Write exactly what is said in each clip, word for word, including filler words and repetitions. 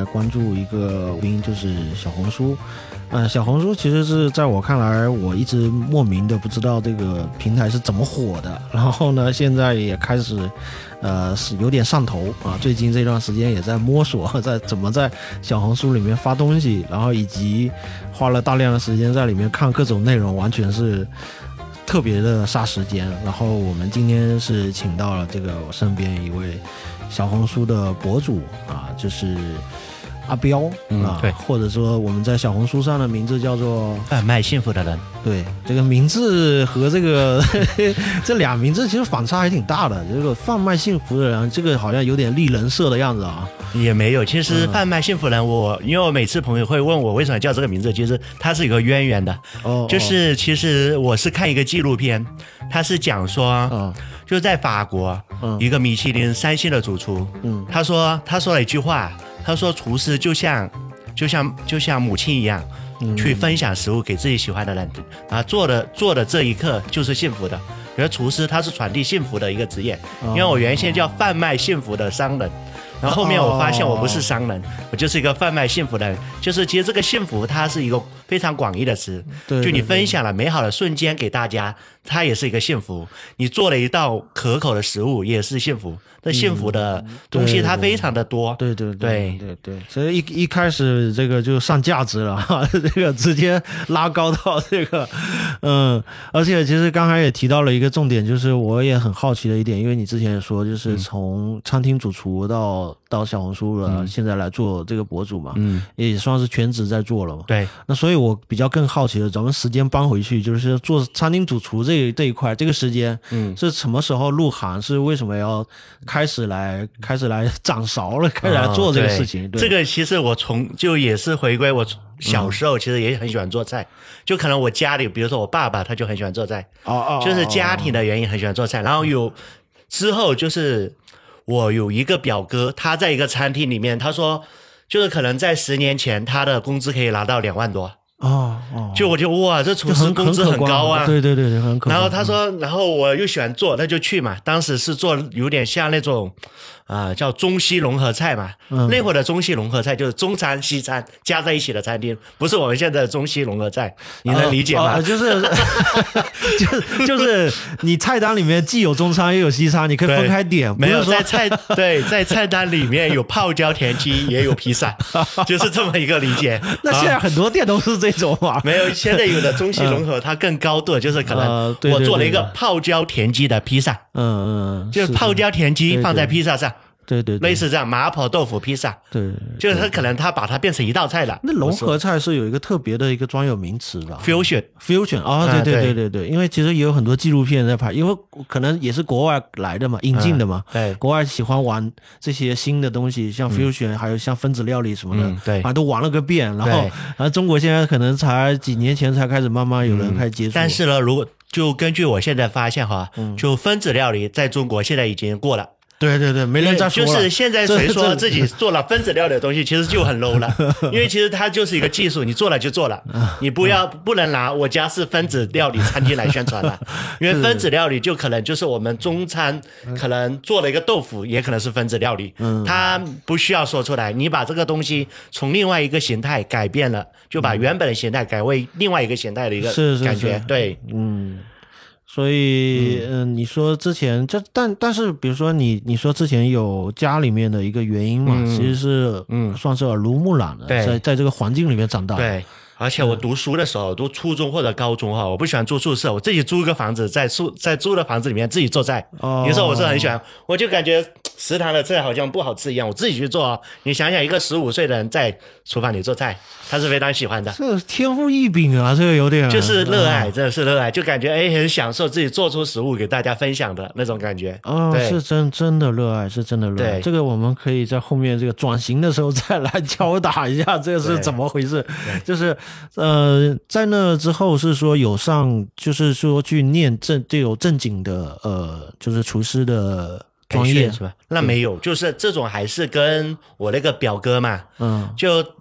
关注一个兵，就是小红书。呃，小红书其实是在我看来，我一直莫名的不知道这个平台是怎么火的，然后呢，现在也开始，呃，是有点上头啊。最近这段时间也在摸索，在怎么在小红书里面发东西，然后以及花了大量的时间在里面看各种内容，完全是特别的杀时间。然后我们今天是请到了这个我身边一位小红书的博主啊，就是阿彪、 嗯、 啊， 对， 或者说我们在小红书上的名字叫做贩卖幸福的人。 对，这个名字和这个这俩名字其实反差还挺大的。这个贩卖幸福的人，这个好像有点立人设的样子啊。 也没有，其实贩卖幸福人我，我因为我每次朋友会问我为什么叫这个名字，其实它是有个渊源的。 哦， 就是其实我是看一个纪录片，它是讲说，哦、就在法国、嗯、一个米其林三星的主厨，嗯，他说他说了一句话，他说厨师就像就像就像母亲一样。嗯、去分享食物给自己喜欢的人，啊，做的做的这一刻就是幸福的。比如厨师他是传递幸福的一个职业，因为我原先叫贩卖幸福的商人，然后后面我发现我不是商人，我就是一个贩卖幸福的人。就是其实这个幸福它是一个非常广义的词， 对对对， 就你分享了美好的瞬间给大家，它也是一个幸福。你做了一道可口的食物也是幸福。这幸福的东西它非常的多， 对对对对对，所以一一开始这个就上价值了，这个直接拉高到这个，嗯，而且其实刚才也提到了一个重点，就是我也很好奇的一点，因为你之前也说，就是从餐厅主厨到到小红书了，嗯、现在来做这个博主嘛，嗯，也算是全职在做了嘛， 对。 那所以我比较更好奇的，咱们时间搬回去，就是做餐厅主厨这这一块，这个时间，嗯，是什么时候入行？是为什么要开始来开始来掌勺了，开始来做这个事情。哦、 对，这个其实我从就也是回归我小时候，其实也很喜欢做菜。嗯、就可能我家里，比如说我爸爸，他就很喜欢做菜，哦哦，就是家庭的原因很喜欢做菜。然后有之后就是我有一个表哥，他在一个餐厅里面，他说就是可能在十年前他的工资可以拿到两万多。 哦哦， 就我就哇，这厨师工资很高啊， 对对对对，很可观。 然后他说，然后我又喜欢做，那就去嘛。当时是做有点像那种啊、呃、叫中西融合菜嘛、嗯，那会儿的中西融合菜就是中餐西餐加在一起的餐厅，不是我们现在的中西融合菜，你能理解吗？ 呃呃、就是就就是你菜单里面既有中餐又有西餐，你可以分开点， 没有在菜对在菜单里面有泡椒田鸡也有披萨，就是这么一个理解。 那现在很多店都是这。这种啊， 没有，现在有的中西融合，它更高度就是可能我做了一个泡椒田鸡的披萨，嗯嗯，就是泡椒田鸡放在披萨上， 对对， 类似这样麻婆豆腐披萨， 对， 就是它可能它把它变成一道菜了。 那融合菜是有一个特别的一个专有名词吧 ？fusion fusion 啊，对对对对对，因为其实也有很多纪录片在拍，因为可能也是国外来的嘛，引进的嘛，对，国外喜欢玩这些新的东西，像 fusion，还有像分子料理什么的，对，反正都玩了个遍。然后，然后中国现在可能才几年前才开始慢慢有人开始接触。 但是呢，如果就根据我现在发现哈，就分子料理在中国现在已经过了。 对对对，没人再说了。 就是现在谁说自己做了分子料理的东西，其实就很 low 了，因为其实它就是一个技术，你做了就做了，你不要不能拿我家是分子料理餐厅来宣传了，因为分子料理就可能就是我们中餐可能做了一个豆腐，也可能是分子料理，它不需要说出来，你把这个东西从另外一个形态改变了，就把原本的形态改为另外一个形态的一个感觉， 是是是对， 嗯。所以，嗯、呃，你说之前这，但但是，比如说你你说之前有家里面的一个原因嘛，嗯、其实是嗯算是耳濡目染的，在在这个环境里面长大。 对，而且我读书的时候，读初中或者高中哈，我不喜欢住宿舍，我自己租一个房子，在宿在租的房子里面自己做菜。哦，有时候我是很喜欢，我就感觉食堂的菜好像不好吃一样，我自己去做啊。你想想，一个十五岁的人在厨房里做菜，他是非常喜欢的。 这天赋异禀啊，这个有点就是热爱，真的是热爱，就感觉哎很享受自己做出食物给大家分享的那种感觉。 哦，是真真的热爱，是真的热爱。这个我们可以在后面这个转型的时候再来敲打一下，这个是怎么回事？就是呃，在那之后是说有上，就是说去念正就有正经的呃，就是厨师的专业是吧？那没有，就是这种还是跟我那个表哥嘛，嗯，就就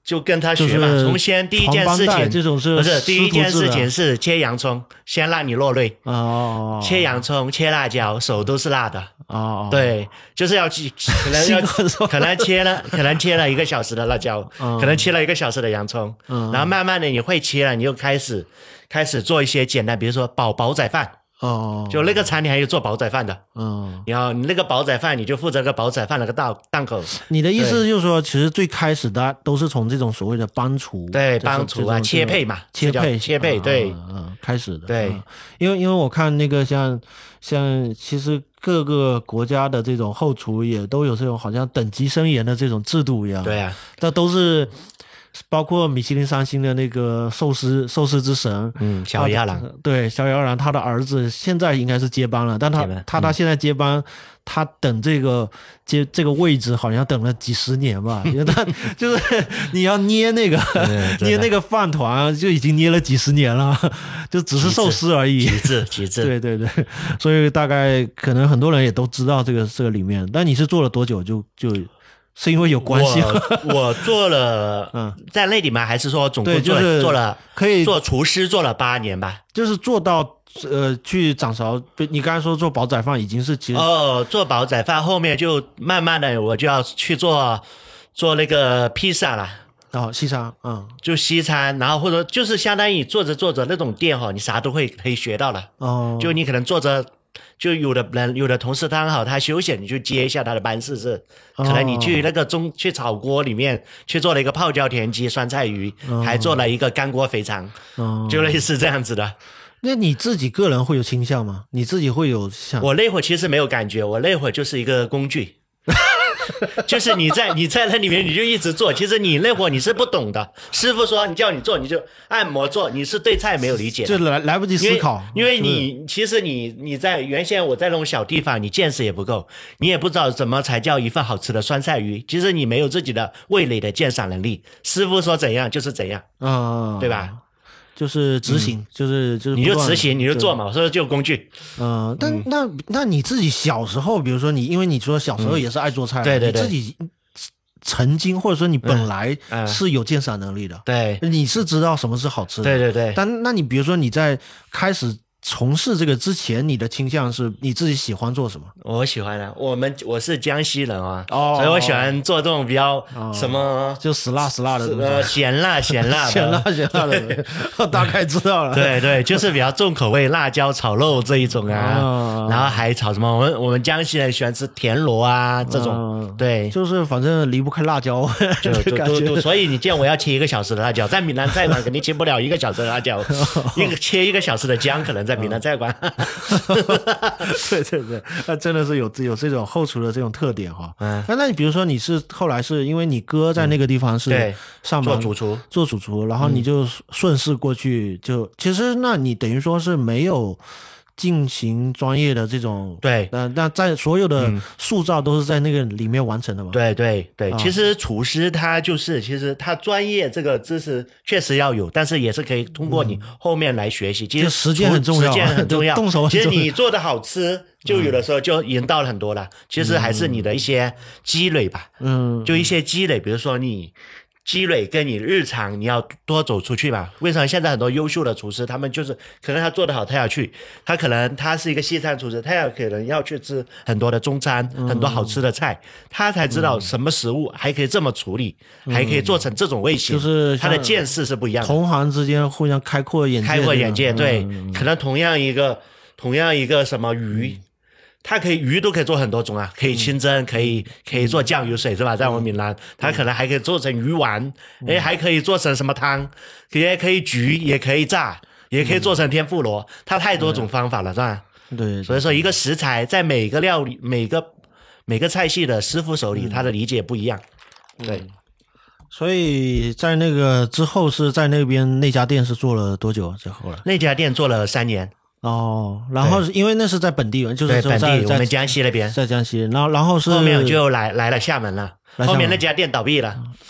就跟他学嘛，从先第一件事情， 这种是不是第一件事情是切洋葱，先让你落泪哦， 切洋葱、切辣椒，手都是辣的哦， 对，就是要可能要可能切了，可能切了一个小时的辣椒，嗯、可能切了一个小时的洋葱，嗯、然后慢慢的你会切了，你就开始开始做一些简单，比如说煲煲仔饭。 哦， 就那个餐你还有做煲仔饭的， 嗯， 然后你那个煲仔饭你就负责个煲仔饭那个档档口。 你的意思就是说，其实最开始的都是从这种所谓的帮厨， 对，帮厨啊，切配嘛， 切配切配，对， 嗯、呃呃，开始的， 对， 呃、因为因为我看那个像像其实各个国家的这种后厨也都有这种好像等级森严的这种制度一样， 对啊， 这都是。包括米其林三星的那个寿司寿司之神， 嗯，小野郎， 对，小野郎他的儿子现在应该是接班了，但他他他现在接班，嗯、他等这个接这个位置好像等了几十年吧，因为他就是你要捏那个捏那个饭团就已经捏了几十年了，就只是寿司而已， 极致极致， 对对对，所以大概可能很多人也都知道这个这个里面，但你是做了多久就就？是因为有关系我我做了，嗯，在那里面还是说总共做了、就是、做了可以做厨师做了八年吧， 就是做到呃去掌勺。你刚才说做煲仔饭已经是其实哦，做煲仔饭后面就慢慢的我就要去做做那个披萨了。 哦，西餐，嗯， 就西餐，然后或者就是相当于做着做着那种店哈，你啥都会可以学到了。哦，就你可能做着。就有的人有的同事刚好他休息，你就接一下他的班试试。可能你去那个中去炒锅里面去做了一个泡椒田鸡酸菜鱼，哦、还做了一个干锅肥肠，哦、就类似这样子的。 那你自己个人会有倾向吗？你自己会有想？ 我那会儿其实没有感觉，我那会儿就是一个工具。就是你在你在那里面你就一直做，其实你那会儿你是不懂的，师傅说你叫你做你就按摩做，你是对菜没有理解的， 就来来不及思考， 因为, 因为你、就是、其实你你在原先我在那种小地方，你见识也不够，你也不知道怎么才叫一份好吃的酸菜鱼，其实你没有自己的味蕾的鉴赏能力，师傅说怎样就是怎样，嗯，对吧？ 就是执行，嗯、就是就是你就执行，你就做嘛，所以就工具。 嗯、呃，但、嗯、那那你自己小时候，比如说你，因为你说小时候也是爱做菜，嗯、 对对对， 你自己曾经或者说你本来是有鉴赏能力的， 对、 嗯，你是知道什么是好吃的， 对对对。 但那你比如说你在开始从事这个之前，你的倾向是你自己喜欢做什么？ 我喜欢啊，我们我是江西人啊，哦，所以我喜欢做这种比较什么， 哦、就死辣死辣的东西， 呃，咸辣咸辣的， 咸辣咸辣的，我大概知道了。 对对，就是比较重口味，辣椒炒肉这一种啊，哦、然后还炒什么？我们我们江西人喜欢吃田螺啊这种，哦、对， 就是反正离不开辣椒， 就就就所以你见我要切一个小时的辣椒，在闽南菜馆肯定切不了一个小时的辣椒，一个切一个小时的姜可能在。在闽南菜馆， 对对对，那真的是有有这种后厨的这种特点哈。嗯，那那你比如说你是后来是因为你哥在那个地方是上班、 嗯、做主厨， 做主厨，然后你就顺势过去，就其实那你等于说是没有进行专业的这种， 对， 呃，那在所有的塑造都是在那个里面完成的嘛？ 对对对，啊、其实厨师他就是，其实他专业这个知识确实要有，但是也是可以通过你后面来学习。嗯、其实实践很重要， 实践很重要， 动手很重要。 其实你做的好吃，就有的时候就赢到了很多了。嗯、其实还是你的一些积累吧，嗯，就一些积累，比如说你。积累跟你日常你要多走出去嘛？为什么现在很多优秀的厨师，他们就是可能他做得好，他要去，他可能他是一个西餐厨师，他要可能要去吃很多的中餐，嗯、很多好吃的菜，他才知道什么食物还可以这么处理，嗯、还可以做成这种味型， 就是他的见识是不一样的。 同行之间互相开阔眼界， 开阔眼界，对， 嗯、 可能同样一个同样一个什么鱼。嗯它可以鱼都可以做很多种啊，可以清蒸，可以可以做酱油水是吧？在我们闽南，它可能还可以做成鱼丸，哎，还可以做成什么汤，也可以焗，也可以炸，也可以做成天妇罗，它太多种方法了是吧？ 对， 所以说一个食材在每个料理、每个每个菜系的师傅手里，他的理解不一样。对， 所以在那个之后是在那边那家店是做了多久？之后了？ 那家店做了三年。 哦，然后因为那是在本地，就是在本地，我们江西那边， 在江西，然后然后是后面就来来了厦门了，后面那家店倒闭了，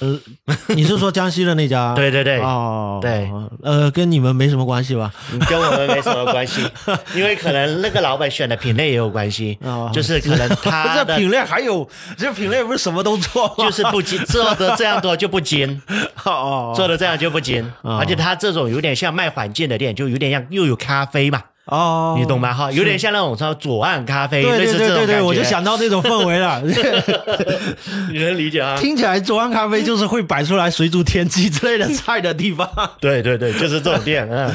呃，你是说江西的那家？ 对对对， 哦， 对， 呃，跟你们没什么关系吧？ 跟我们没什么关系，因为可能那个老板选的品类也有关系，哦、就是可能他的这品类还有这品类不是什么都做吗？ 就是不精，做的这样多就不精， 哦， 做的这样就不精，哦、而且他这种有点像卖环境的店，就有点像又有咖啡嘛。 哦， 你懂吗？哈，有点像那种什么左岸咖啡， 对对对对对，我就想到这种氛围了。 你能理解啊？ 听起来左岸咖啡就是会摆出来水煮天鸡之类的菜的地方。 对对对，就是这种店。嗯。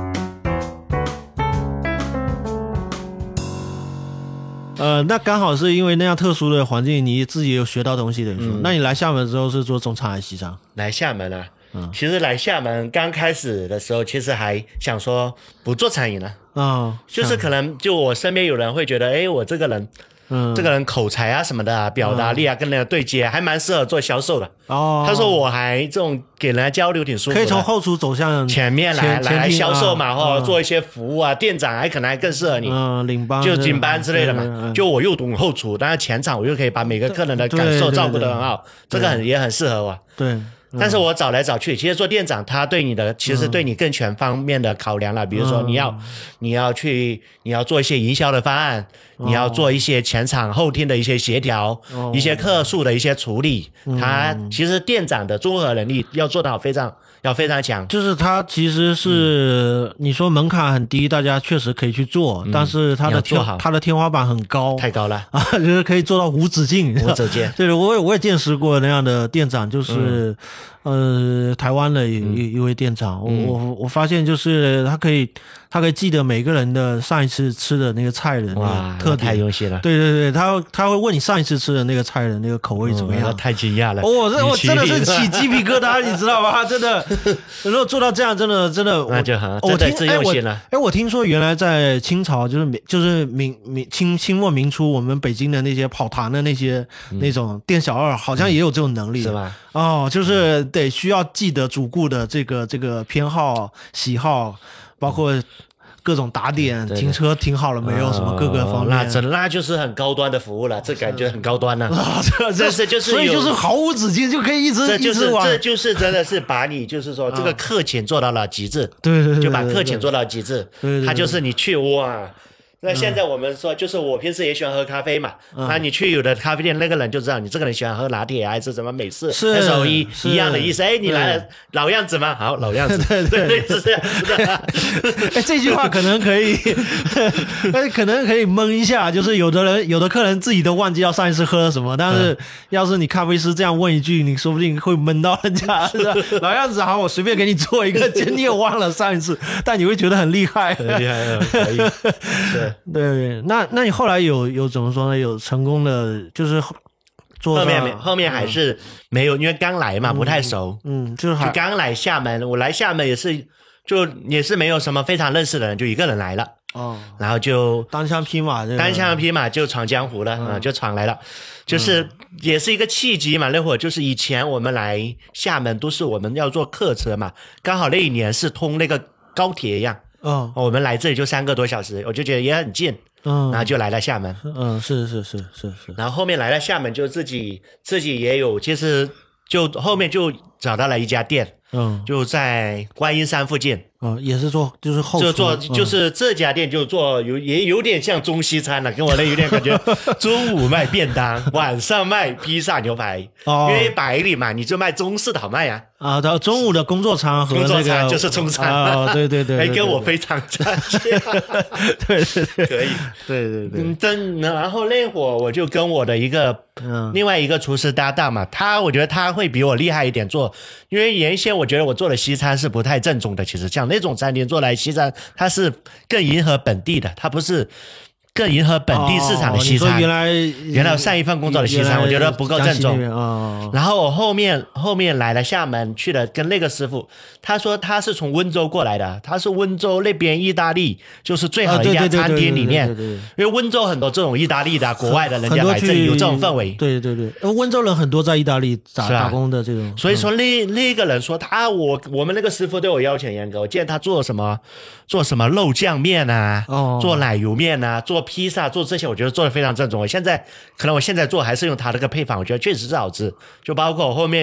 呃，那刚好是因为那样特殊的环境，你自己也有学到东西的。嗯。那你来厦门之后是做中餐还是西餐？ 来厦门啊。嗯，其实来厦门刚开始的时候，其实还想说不做餐饮了啊，哦、就是可能就我身边有人会觉得，哎，我这个人，嗯，这个人口才啊什么的、啊，表达力啊，嗯、跟人家对接，还蛮适合做销售的。哦，他说我还这种给人家交流挺舒服的， 可以从后厨走向前面来来销售嘛，或、 啊、 做一些服务啊，店长还可能还更适合你， 嗯，领班就领班之类的嘛。嗯、就我又懂后厨，当然前场我又可以把每个客人的感受照顾得很好，这个很也很适合我。 对。 但是我找来找去，其实做店长他对你的其实对你更全方面的考量了，比如说你要你要去你要做一些营销的方案，你要做一些前场后厅的一些协调，一些客诉的一些处理，他其实店长的综合能力要做到非常要非常强。 就是他其实是、嗯、你说门槛很低，大家确实可以去做，嗯、但是他的天他的天花板很高， 太高了啊，就是可以做到无止境， 无止境。 对，我也我也见识过那样的店长，就是。嗯呃，台湾的一、嗯、一位店长，我我、嗯、我发现就是他可以，他可以记得每个人的上一次吃的那个菜的那个特点， 太用心了。 对对对，他他会问你上一次吃的那个菜的那个口味怎么样？ 哦、太惊讶了！ 哦，这我真的是起鸡皮疙瘩，你知道吗？真的，如果做到这样，真的真的， 那就很我听真用心了。 哎，我听说原来在清朝，就是就是明明清清末明初，我们北京的那些跑堂的那些、嗯、那种店小二，好像也有这种能力， 嗯、是吧？ 哦，就是得需要记得主顾的这个这个偏好、喜好，包括各种打点， 对对停车停好了没有，哦、什么各个方面， 那真那就是很高端的服务了，这感觉很高端了。啊， 这这是就是所以就是毫无止境，就可以一直这就是一直往这就是真的是把你就是说这个客情做到了极致， 对对对， 就把客情做到极致， 对对， 他就是你去哇。那现在我们说，就是我平时也喜欢喝咖啡嘛，嗯、啊，你去有的咖啡店，那个人就知道你这个人喜欢喝拿铁还是什么美式 S O E 一样的意思。哎，你来了，老样子吗？好，老样子， 对对对， 是这样子的。 哎，这句话可能可以，哎，可能可以蒙一下，就是有的人，有的客人自己都忘记要上一次喝了什么，但是要是你咖啡师这样问一句，你说不定会闷到人家。老样子，好，我随便给你做一个，你也忘了上一次，但你会觉得很厉害， 很厉害，可以，对。 对，那那你后来有有怎么说呢？有成功的就是做后面后面还是没有，嗯、因为刚来嘛，不太熟。 嗯，就是还就刚来厦门，我来厦门也是就也是没有什么非常认识的人，就一个人来了。哦，然后就单枪匹马，这个、 单枪匹马就闯江湖了，嗯，就闯来了，就是也是一个契机嘛。那会儿就是以前我们来厦门都是我们要坐客车嘛，刚好那一年是通那个高铁一样。 嗯， 我们来这里就三个多小时，我就觉得也很近，嗯，然后就来了厦门， 嗯，是是是是是， 然后后面来了厦门就自己自己也有，其实就后面就找到了一家店，嗯，就在观音山附近。 嗯，也是做就是后厨， 就做就是这家店就做有也有点像中西餐了，跟我那有点感觉。中午卖便当，晚上卖披萨牛排。哦，因为白领嘛，你就卖中式的好卖呀。 啊，到中午的工作餐和那个工作餐就是中餐。 哦，对对对， 哎，跟我非常相近。 对对对， 可以。 对对对。 嗯，真然后那会儿我就跟我的一个嗯另外一个厨师搭档嘛，他我觉得他会比我厉害一点做，因为原先我觉得我做的西餐是不太正宗的，其实像那种餐厅做来西餐，它是更迎合本地的，它不是更迎合本地市场的西餐。 哦、原来原来我上一份工作的西餐，我觉得不够正宗。哦、然后我后面后面来了厦门，去了跟那个师傅，他说他是从温州过来的，他是温州那边意大利就是最好的一家餐厅里面，因为温州很多这种意大利的国外的人家来这里有这种氛围。 对对对，温州人很多在意大利打打工的这种。 所以说那那个人说他我我们那个师傅对我要求严格，我见他做什么做什么肉酱面啊，哦、做奶油面啊，做披萨做这些，我觉得做的非常正宗。我现在可能我现在做还是用他这个配方，我觉得确实是好吃。就包括我后面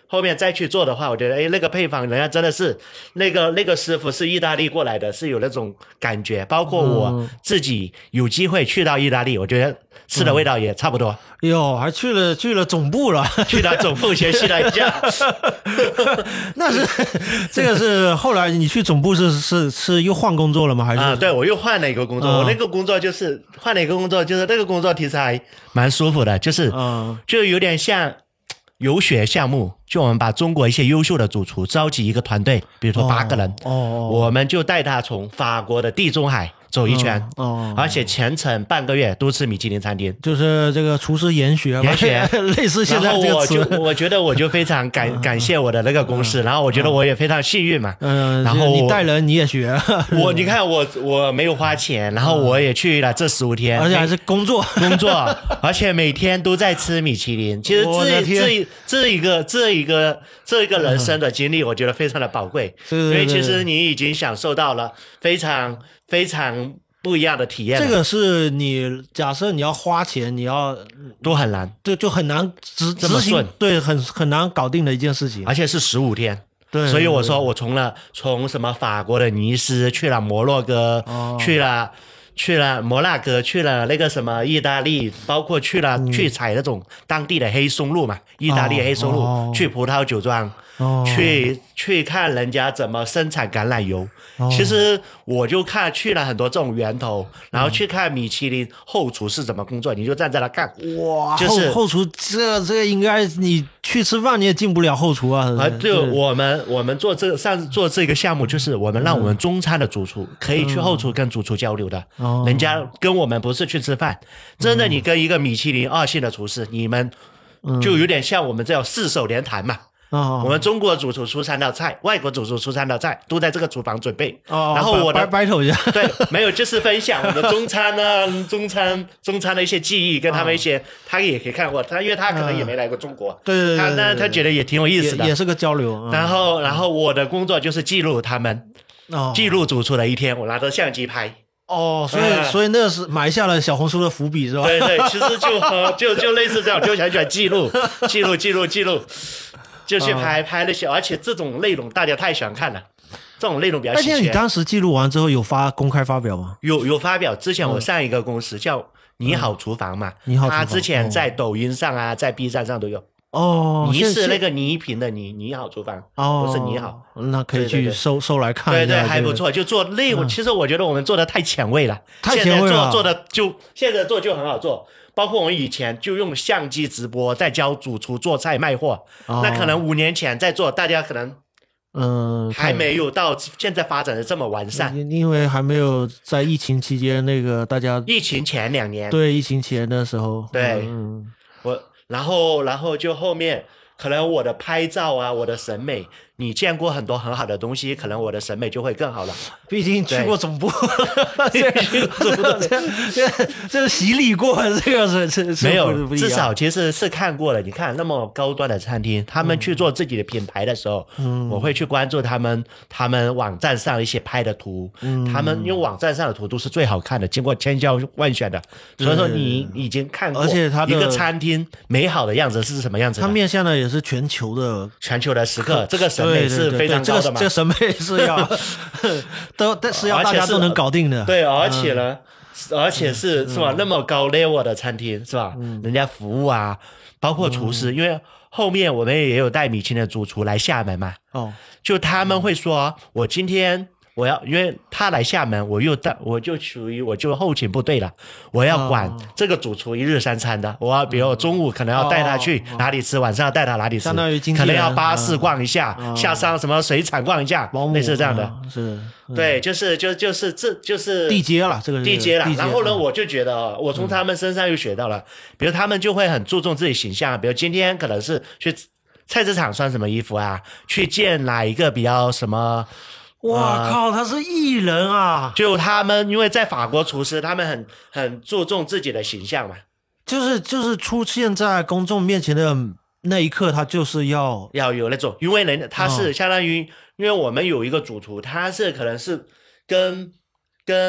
后面再去做的话，我觉得哎，那个配方人家真的是那个那个师傅是意大利过来的，是有那种感觉。包括我自己有机会去到意大利，我觉得吃的味道也差不多。 哟，还去了去了总部了， 去了总部学习了一下。 那是这个是后来你去总部是是是又换工作了吗？还是啊？对，我又换了一个工作。嗯、我那个工作就是换了一个工作，就是那个工作其实还蛮舒服的，就是嗯，就有点像游学项目。就我们把中国一些优秀的主厨召集一个团队，比如说八个人，哦，哦我们就带他从法国的地中海走一圈，哦，哦而且全程半个月都吃米其林餐厅， 就是这个厨师研学， 研学类似现在这个词。 然后我就我觉得我就非常感感谢我的那个公司，然后我觉得我也非常幸运嘛，嗯，然后你带人你也学， 我你看我我没有花钱，然后我也去了这十五天， 而且还是工作工作，而且每天都在吃米其林。其实这这这一个这一个这一个人生的经历，我觉得非常的宝贵，因为其实你已经享受到了非常非常不一样的体验。 这个是你假设你要花钱，你要都很难， 对，就很难执执行，对，很很难搞定的一件事情， 而且是十五天。 对， 所以我说我从了从什么法国的尼斯去了摩洛哥，哦、去了。去了摩纳哥，去了那个什么意大利，包括去了、嗯、去采那种当地的黑松露嘛，意大利黑松露，哦、去葡萄酒庄，哦、去去看人家怎么生产橄榄油。哦、其实我就看去了很多这种源头，然后去看米其林后厨是怎么工作，你就站在那看。 哇， 就是后后厨这这个应该你去吃饭你也进不了后厨啊。 啊，对，我们我们做这上次做这个项目，就是我们让我们中餐的主厨可以去后厨跟主厨交流的。嗯人家跟我们不是去吃饭，真的，你跟一个米其林二星的厨师，你们就有点像我们这样四手联弹嘛。哦、我们中国主厨出三道菜，外国主厨出三道菜，都在这个厨房准备。哦、然后我的 battle 一下， 对，没有，就是分享我们中餐呢，中餐中餐的一些记忆，跟他们一些，哦、他也可以看过，他因为他可能也没来过中国， 对对对， 他那他觉得也挺有意思的， 也, 也是个交流。嗯、 然后，然后我的工作就是记录他们，哦、记录主厨的一天，我拿着相机拍。 哦，所以、嗯、所以那是埋下了小红书的伏笔是吧？ 对对，其实就就就类似这样，就想喜欢记录记录记录记录，就去拍、嗯、拍那些，而且这种内容大家太喜欢看了，这种内容比较稀缺。 而且你当时记录完之后有发公开发表吗？ 有有发表，之前我上一个公司叫你好厨房嘛， 你好厨房， 他之前在抖音上啊，在 B 站上都有。 哦， 你是那个倪萍的你你好厨房，哦，不是你好， 那可以去搜搜来看一下。对对，还不错，就做内容。嗯、其实我觉得我们做的太前卫了， 太前卫了。 现在做做的就现在做就很好做，包括我们以前就用相机直播，在教主厨做菜卖货。哦、那可能五年前在做，大家可能嗯还没有到现在发展的这么完善， 因为还没有在疫情期间那个大家疫情前两年， 对疫情前的时候， 对，嗯、我。然后，然后就后面可能我的拍照啊，我的审美，你见过很多很好的东西，可能我的审美就会更好了。 毕竟去过总部，这这这洗礼过，这个是是没有，至少其实是看过了。你看那么高端的餐厅，他们去做自己的品牌的时候，嗯、我会去关注他们他们网站上一些拍的图，嗯、他们因为网站上的图都是最好看的，经过千挑万选的，所以说你已经看过， 而且他的一个餐厅美好的样子是什么样子的？ 它面向的也是全球的全球的食客，这个审美是非常高的嘛。 这个审美是要都但是要大家都能搞定的。 对，而且呢，嗯、而且是、嗯、是吧？那么高 level 的餐厅是吧？嗯、人家服务啊，包括厨师，嗯、因为后面我们也有带米其林的主厨来厦门嘛。哦，就他们会说，我今天。我要，因为他来厦门，我又带，我就属于我就后勤部队了，我要管这个主厨一日三餐的。我要，比如我中午可能要带他去哪里吃，晚上要带他哪里吃， 相当于经纪人可能要巴士逛一下，嗯、下山什么水产逛一下，类似这样的。 是， 对，就是就就是这就是地接了，这个地接了。然后呢，我就觉得我从他们身上又学到了，嗯、比如他们就会很注重自己形象，比如今天可能是去菜市场穿什么衣服啊，去见哪一个比较什么。 哇靠，他是艺人啊！ 就他们因为在法国厨师，他们很很注重自己的形象嘛， 就是就是出现在公众面前的那一刻，他就是要要有那种，因为人他是相当于，哦、因为我们有一个主厨，他是可能是跟跟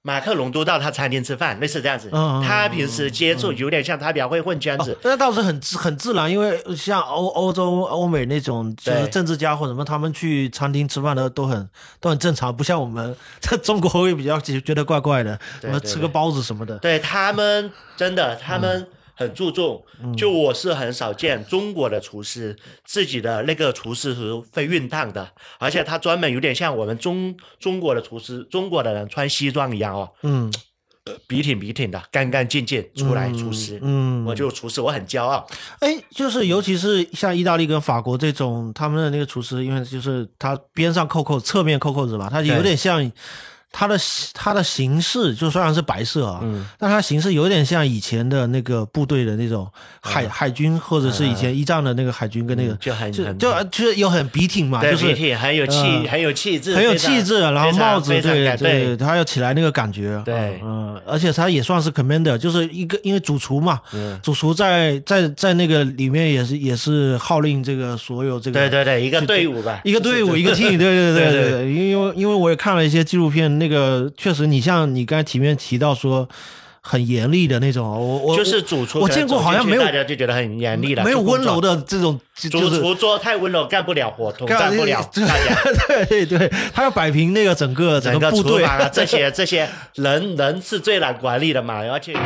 马克龙都到他餐厅吃饭，类似这样子。 嗯、 他平时接触有点像他比较会混圈子，哦、 那倒是很很自然，因为像欧欧洲、欧美那种就是政治家或者什么，他们去餐厅吃饭的都很都很正常，不像我们在中国会比较觉得怪怪的，什么吃个包子什么的。 对他们真的，他们很注重。嗯、就我是很少见中国的厨师自己的那个厨师是会熨烫的，而且他专门有点像我们中中国的厨师，中国的人穿西装一样哦。嗯。笔挺笔挺的，干干净净出来厨师，嗯，我就厨师，我很骄傲。 哎，就是尤其是像意大利跟法国这种，他们的那个厨师，因为就是他边上扣扣，侧面扣扣子吧，他有点像。它的它的形式就虽然是白色啊，嗯，但它形式有点像以前的那个部队的那种海、嗯、海军，或者是以前一战的那个海军跟那个、嗯、 就很就就就是有很笔挺嘛， 对， 就是笔挺很有气、呃、很有气质， 很有气质，然后帽子对对，它要起来那个感觉， 对， 嗯、呃，而且它也算是 commander， 就是一个因为主厨嘛，嗯、主厨在在在那个里面也是也是号令这个所有这个， 对对对，一个队伍吧， 一个队伍一个 team， 对对对对对，因为因为我也看了一些纪录片，那个确实。你像你刚才前面提到说很严厉的那种，我我就是主厨， 我见过好像没有， 大家就觉得很严厉了， 没有温柔的这种， 主厨桌太温柔，干不了活，统战不了大家。 对对对，他要摆平那个整个整个部队啊，这些这些人人是最难管理的嘛，而且。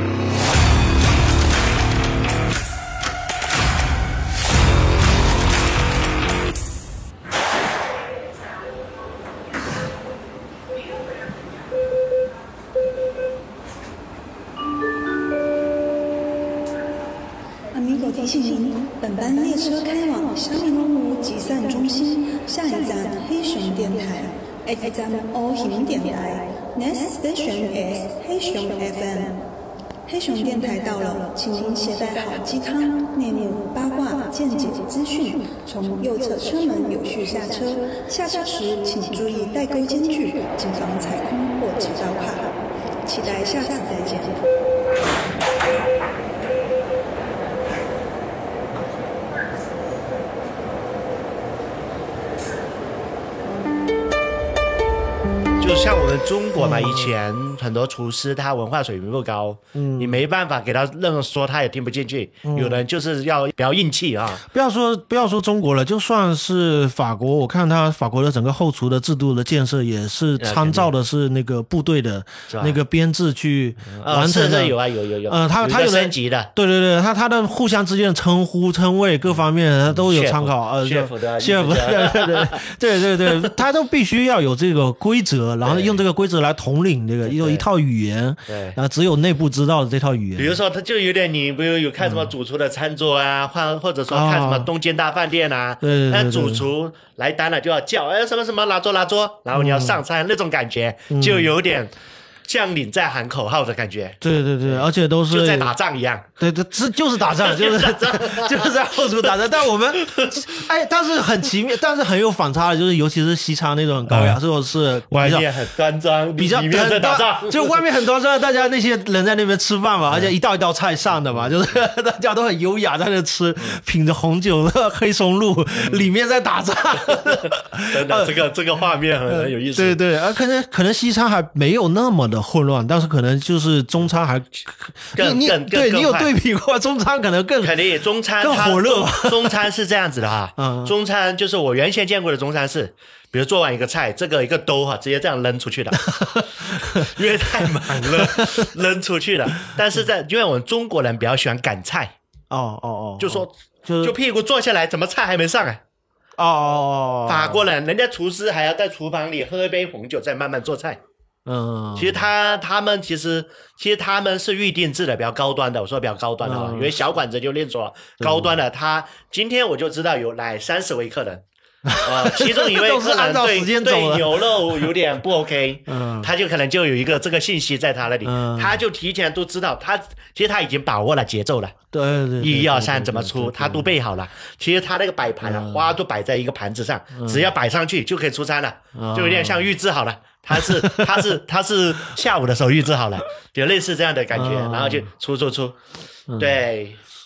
提醒您，本班列车开往虾米龙湖集散中心，下一站黑熊电台 ，X 站欧熊电台 ，Next station is 黑熊 F M。黑熊电台到了，请您携带好鸡汤、内幕、八卦、见解、资讯，从右侧车门有序下车。下车时请注意带钩间距，谨防踩空或挤到卡。期待下次再见。 就像我们中国嘛，以前很多厨师他文化水平不高，嗯，你没办法给他任何说，他也听不进去。嗯、有人就是要比较硬气啊。 不要说不要说中国了，就算是法国，我看他法国的整个后厨的制度的建设也是参照的是那个部队的那个编制去完成的。 哦、有啊，有有有。 呃，他他有升级的。 对对对，他他的互相之间的称呼、称谓各方面他都有参考。呃， 谢府的， 谢府的，对对对对对，他都必须要有这个规则。然后用这个规则来统领这个有一套语言，对，然后只有内部知道的这套语言。 比如说，他就有点你，比如有看什么主厨的餐桌啊，或、嗯、或者说看什么东京大饭店啊，对对对，那主厨来单了就要叫，哎，什么什么拿桌拿桌，然后你要上餐，嗯、那种感觉就有点。将领在喊口号的感觉， 对对对，而且都是就在打仗一样， 对对，这就是打仗，就是就是在后厨打仗。但我们，哎，但是很奇妙，但是很有反差的，就是尤其是西餐那种很高雅，或者是外面很端庄， 比较里面在打仗， 就外面很端庄，大家那些人在那边吃饭嘛，而且一道一道菜上的嘛，就是大家都很优雅在那吃，品着红酒的黑松露，里面在打仗， 真的，这个这个画面很有意思。 对对，啊，可能可能西餐还没有那么的混乱，但是可能就是中餐还更你更对你有对比过，中餐可能更肯定中餐更火热。 中餐是这样子的哈，嗯、中餐就是我原先见过的中餐是，比如做完一个菜，这个一个兜哈，直接这样扔出去的，因为太满了，扔出去的。但是在因为我们中国人比较喜欢赶菜， 哦哦哦， 就说就就屁股坐下来，怎么菜还没上啊？ 哦哦哦， 法国人，人家厨师还要在厨房里喝一杯红酒，再慢慢做菜。嗯，其实他他们其实其实他们是预定制的，比较高端的。我说比较高端的，嗯、因为小馆子就练说高端的。他今天我就知道有来三十位客人，啊、呃，其中一位客人对对牛肉有点不 OK， 嗯，他就可能就有一个这个信息在他那里，嗯、他就提前都知道，他其实他已经把握了节奏了， 对对， 一二三怎么出，他都备好了。其实他那个摆盘啊，花都摆在一个盘子上，嗯、只要摆上去就可以出餐了，嗯、就有点像预制好了。他是他是他是下午的时候预制好了，就类似这样的感觉，嗯、然后就出出出，嗯、对。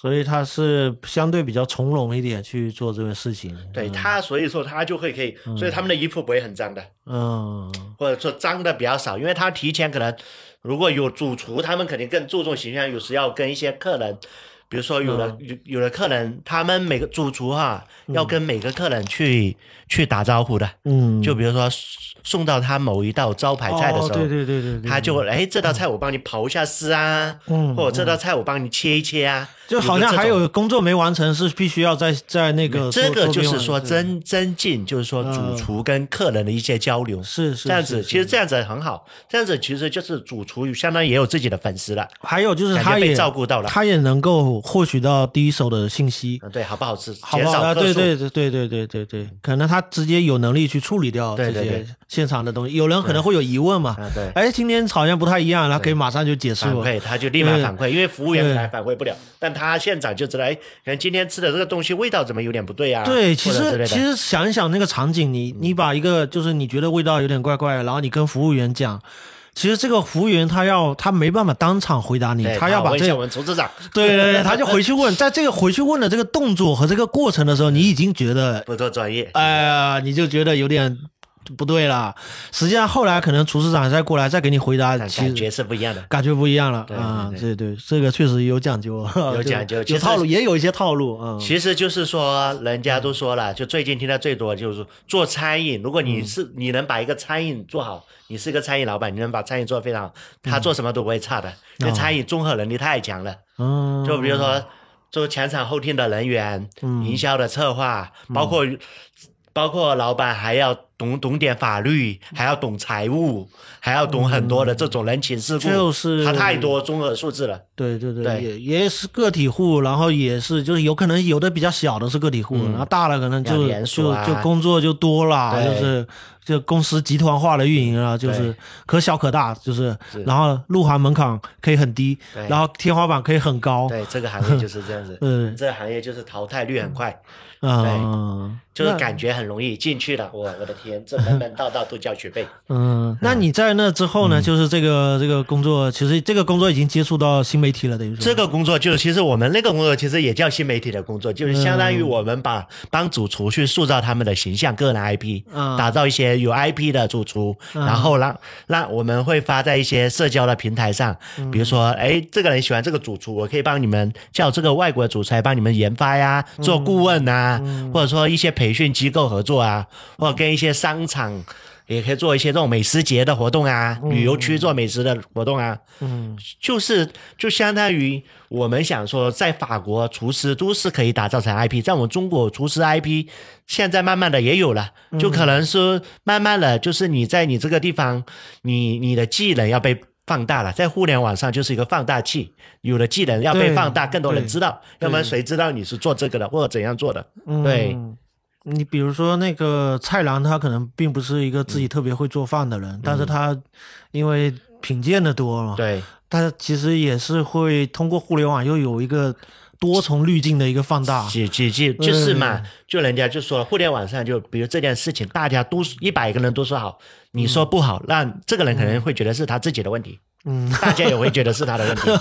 所以他是相对比较从容一点去做这个事情。 对、嗯、他，所以说他就会可以、嗯，所以他们的衣服不会很脏的，嗯，或者说脏的比较少，因为他提前可能如果有主厨，他们肯定更注重形象，有时要跟一些客人。比如说有的、嗯、有的客人，他们每个主厨哈、嗯、要跟每个客人去去打招呼的，嗯，就比如说送到他某一道招牌菜的时候，哦、对对对 对, 对，他就哎这道菜我帮你刨一下丝啊，嗯，或者这道菜我帮你切一切啊， 就好像还有工作没完成是必须要在在那个这个就是说增增进，就是说主厨跟客人的一些交流， 是、嗯、是这样子，其实这样子很好，这样子其实就是主厨相当于也有自己的粉丝了， 还有就是他也被照顾到了， 他也能够获取到第一手的信息， 嗯、对，好不好吃， 好不好啊？对对对对对对对对，可能他直接有能力去处理掉这些现场的东西。有人可能会有疑问嘛，对，哎、啊，今天好像不太一样，他可以马上就解释反馈，他就立马反馈，因为服务员来反馈不了，但他现场就知道，哎，可能今天吃的这个东西味道怎么有点不对啊？ 对，其实其实想一想那个场景，你你把一个就是你觉得味道有点怪怪的，然后你跟服务员讲。其实这个服务员他要他没办法当场回答你，他要把这个我们厨师长， 对对对，他就回去问，在这个回去问的这个动作和这个过程的时候，你已经觉得不够专业， 哎呀，你就觉得有点不对了。实际上后来可能厨师长再过来再给你回答， 感觉是不一样的， 感觉不一样了啊！对对，这个确实有讲究， 有讲究， 有套路，也有一些套路啊。 其实就是说，人家都说了，就最近听到最多就是做餐饮，如果你是、嗯、你能把一个餐饮做好。你是一个餐饮老板，你能把餐饮做得非常好，他做什么都不会差的，因为餐饮综合能力太强了。嗯，就比如说做前场后厅的人员，嗯，营销的策划，包括、嗯、包括老板还要懂懂点法律，还要懂财务，还要懂很多的这种人情世故， 就是他太多综合素质了。 对对 对, 对，也也是个体户，然后也是就是有可能有的比较小的是个体户，嗯、然后大了可能就、啊、就就工作就多了，就是就公司集团化的运营啊，就是可小可大，就是然后入行门槛可以很低，然后天花板可以很高。 对，这个行业就是这样子。嗯，这个行业就是淘汰率很快。啊、嗯，就是感觉很容易进去了。我我的天，这门门道道都叫学费。 嗯，那你在那之后呢？嗯、就是这个这个工作，其实这个工作已经接触到新媒体了，等于说。 这个工作就是，其实我们那个工作其实也叫新媒体的工作，就是相当于我们把帮主厨去塑造他们的形象、个人 I P，、嗯、打造一些有 I P 的主厨，嗯、然后让让我们会发在一些社交的平台上，嗯、比如说，哎，这个人喜欢这个主厨，我可以帮你们叫这个外国的主厨来帮你们研发呀，做顾问啊。嗯、或者说一些培训机构合作啊，或者跟一些商场也可以做一些这种美食节的活动啊，嗯、旅游区做美食的活动啊，嗯，就是就相当于我们想说，在法国厨师都是可以打造成 I P， 在我们中国厨师 I P 现在慢慢的也有了，就可能说慢慢的就是你在你这个地方，你你的技能要被放大了，在互联网上就是一个放大器，有的技能要被放大，更多人知道，要不然谁知道你是做这个的或者怎样做的？嗯、对， 你比如说那个蔡澜，他可能并不是一个自己特别会做饭的人，嗯、但是他因为品鉴的多嘛， 对， 他其实也是会通过互联网又有一个多重滤镜的一个放大， 就就就就是嘛，就人家就说互联网上就比如这件事情，大家都一百个人都说好，你说不好，那、嗯、这个人可能会觉得是他自己的问题。嗯，大家也会觉得是他的问题。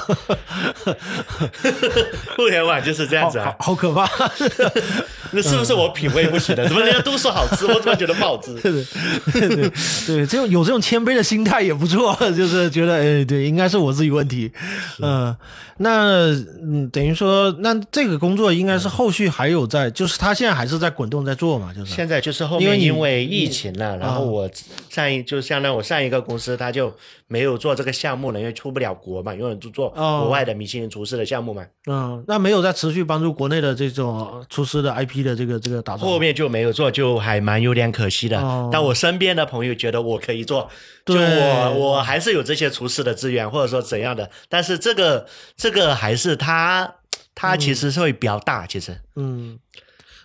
互联网就是这样子啊， 好, 好可怕。 那是不是我品味不行的？怎么人家都说好吃，我怎么觉得不好吃？ 对对对对，这种有这种谦卑的心态也不错，就是觉得哎，对，应该是我自己问题。嗯、呃，那嗯，等于说，那这个工作应该是后续还有在，就是他现在还是在滚动在做嘛，就是现在就是后面因为疫情了，然后我上一就相当于我上一个公司他就没有做这个项目了，因为出不了国嘛，因为就做国外的米其林厨师的项目嘛。 嗯，那没有在持续帮助国内的这种厨师的 I P 的这个这个打造， 后面就没有做，就还蛮有点可惜的。哦、但我身边的朋友觉得我可以做，就我我还是有这些厨师的资源，或者说怎样的，但是这个这个还是他他其实是会比较大，嗯、其实嗯。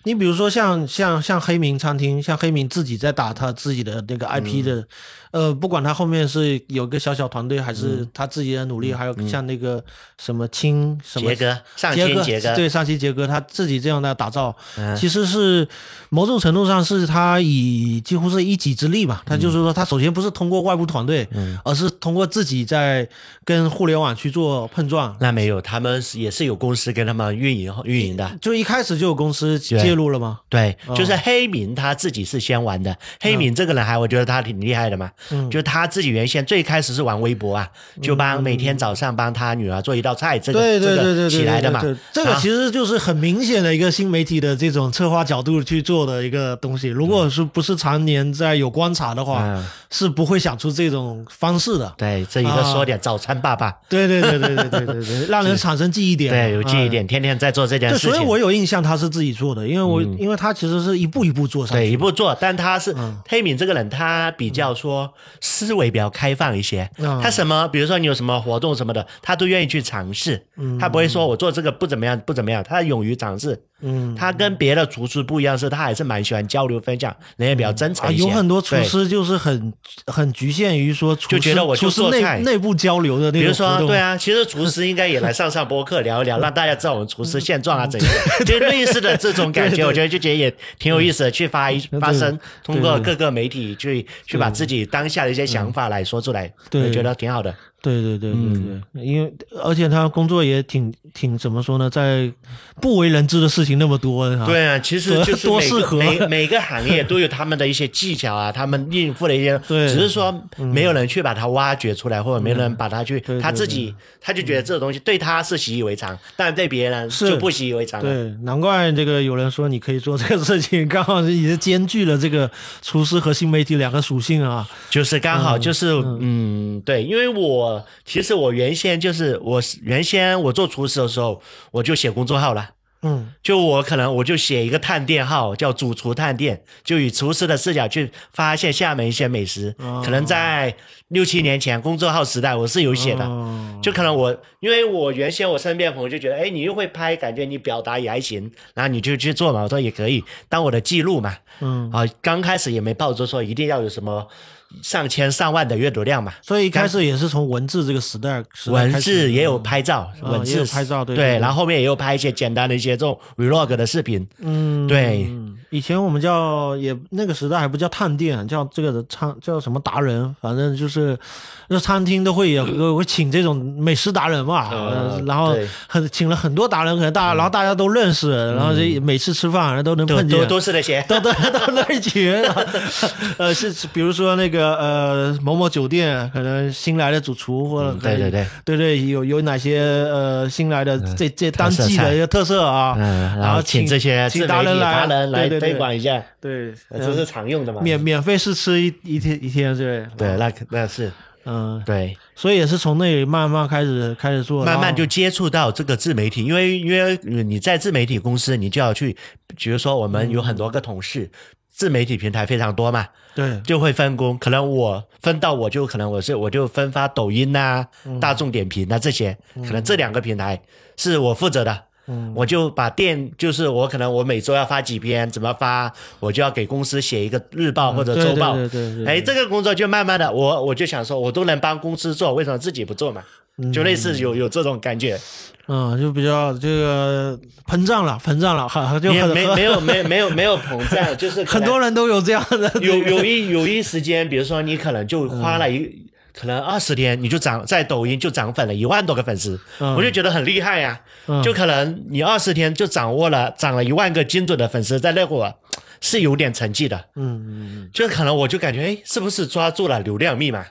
你比如说像像像黑明餐厅，像黑明自己在打他自己的那个 I P 的，嗯、呃，不管他后面是有个小小团队，还是他自己的努力，嗯、还有像那个什么青什么杰哥，上清杰哥， 对，上期杰哥他自己这样的打造，嗯、其实是某种程度上是他以几乎是一己之力嘛。他就是说，他首先不是通过外部团队，嗯、而是通过自己在跟互联网去做碰撞。 那没有，他们也是有公司跟他们运营运营的， 就一开始就有公司介入了吗？ 对，对就是黑明他自己是先玩的。嗯、黑明这个人还我觉得他挺厉害的嘛，嗯、就他自己原先最开始是玩微博啊，就帮每天早上帮他女儿做一道菜，这个对对对对对起来的嘛。 这个其实就是很明显的一个新媒体的这种策划角度去做的一个东西。如果是不是常年在有观察的话，嗯、是不会想出这种方式的。 对，这一个说点、啊、早餐爸爸， 对对对对对对对对，让人产生记忆点。 对，有记忆点，天天在做这件事情。 所以我有印象他是自己做的，因为我、嗯、因为他其实是一步一步做上去， 对，一步做，但他是、嗯、黑敏这个人，他比较说思维比较开放一些，嗯、他什么，比如说你有什么活动什么的，他都愿意去尝试，嗯、他不会说我做这个不怎么样不怎么样，他勇于尝试。嗯，他跟别的厨师不一样，是他还是蛮喜欢交流分享，人也比较真诚一些、 嗯啊。有很多厨师就是很很局限于说厨师， 就觉得我就做菜内部交流的那种。 比如说，对啊，其实厨师应该也来上上播客聊一聊，让大家知道我们厨师现状啊怎样，就类似的这种感觉，我觉得就觉得也挺有意思的，去发一发声，通过各个媒体去去把自己当下的一些想法来说出来，我觉得挺好的。 对对对对对，嗯、因为而且他工作也挺挺怎么说呢，在不为人知的事情那么多。 对啊，其实就是多适合每每个行业都有他们的一些技巧啊，他们应付的一些，只是说没有人去把它挖掘出来，嗯、或者没有人把它去，嗯、他自己他就觉得这个东西对他是习以为常，但对别人就不习以为常了。 对，难怪这个有人说你可以做这个事情，刚好也是兼具了这个厨师和新媒体两个属性啊， 就是刚好就是嗯, 嗯对，因为我。其实我原先就是我原先我做厨师的时候，我就写公众号了。嗯，就我可能我就写一个探店号，叫主厨探店，就以厨师的视角去发现厦门一些美食。哦、可能在六七年前公众号时代，我是有写的。哦、就可能我因为我原先我身边的朋友就觉得，哎，你又会拍，感觉你表达也还行，然后你就去做嘛。我说也可以当我的记录嘛。嗯，啊，刚开始也没抱着说一定要有什么。上千上万的阅读量嘛， 所以一开始也是从文字这个时代，时代文字也有拍照，嗯、文字、 嗯、也有拍照，对对, 对，然后后面也有拍一些简单的一些这种 vlog 的视频，嗯，对。 以前我们叫也那个时代还不叫探店，叫这个的餐叫什么达人，反正就是那餐厅都会也会请这种美食达人嘛，嗯、然后很请了很多达人，可能大家、嗯、然后大家都认识，然后每次吃饭都能碰见， 都都是那些， 都都都那一群，呃，是比如说那个呃某某酒店可能新来的主厨或者、嗯、 对对对对对有有哪些呃新来的这这当季的一个特色啊， 嗯，然后请这些请达人来达人来推广一下， 对， 这是常用的嘛， 免免费试吃一一天一天，对对，那那是。嗯，对， 所以也是从那里慢慢开始开始做， 慢慢就接触到这个自媒体，因为因为你在自媒体公司，你就要去，比如说我们有很多个同事，嗯、自媒体平台非常多嘛， 对， 就会分工，可能我分到我就可能我是我就分发抖音啊、嗯、大众点评啊这些，可能这两个平台是我负责的。嗯，我就把店，就是我可能我每周要发几篇，怎么发，我就要给公司写一个日报或者周报。 嗯、对, 对, 对, 对, 对哎，这个工作就慢慢的，我我就想说，我都能帮公司做，为什么自己不做嘛？嗯、就类似有有这种感觉。 嗯，就比较这个膨胀了，膨胀了，哈，就很没没有没没有没有膨胀，就是很多人都有这样的。 有有一有一时间，比如说你可能就花了一。嗯可能二十天你就涨，在抖音就涨粉了一万多个粉丝，嗯、我就觉得很厉害呀、啊。嗯、就可能你二十天就掌握了，涨了一万个精准的粉丝，在那会儿是有点成绩的。嗯嗯嗯，就可能我就感觉，哎，是不是抓住了流量密码？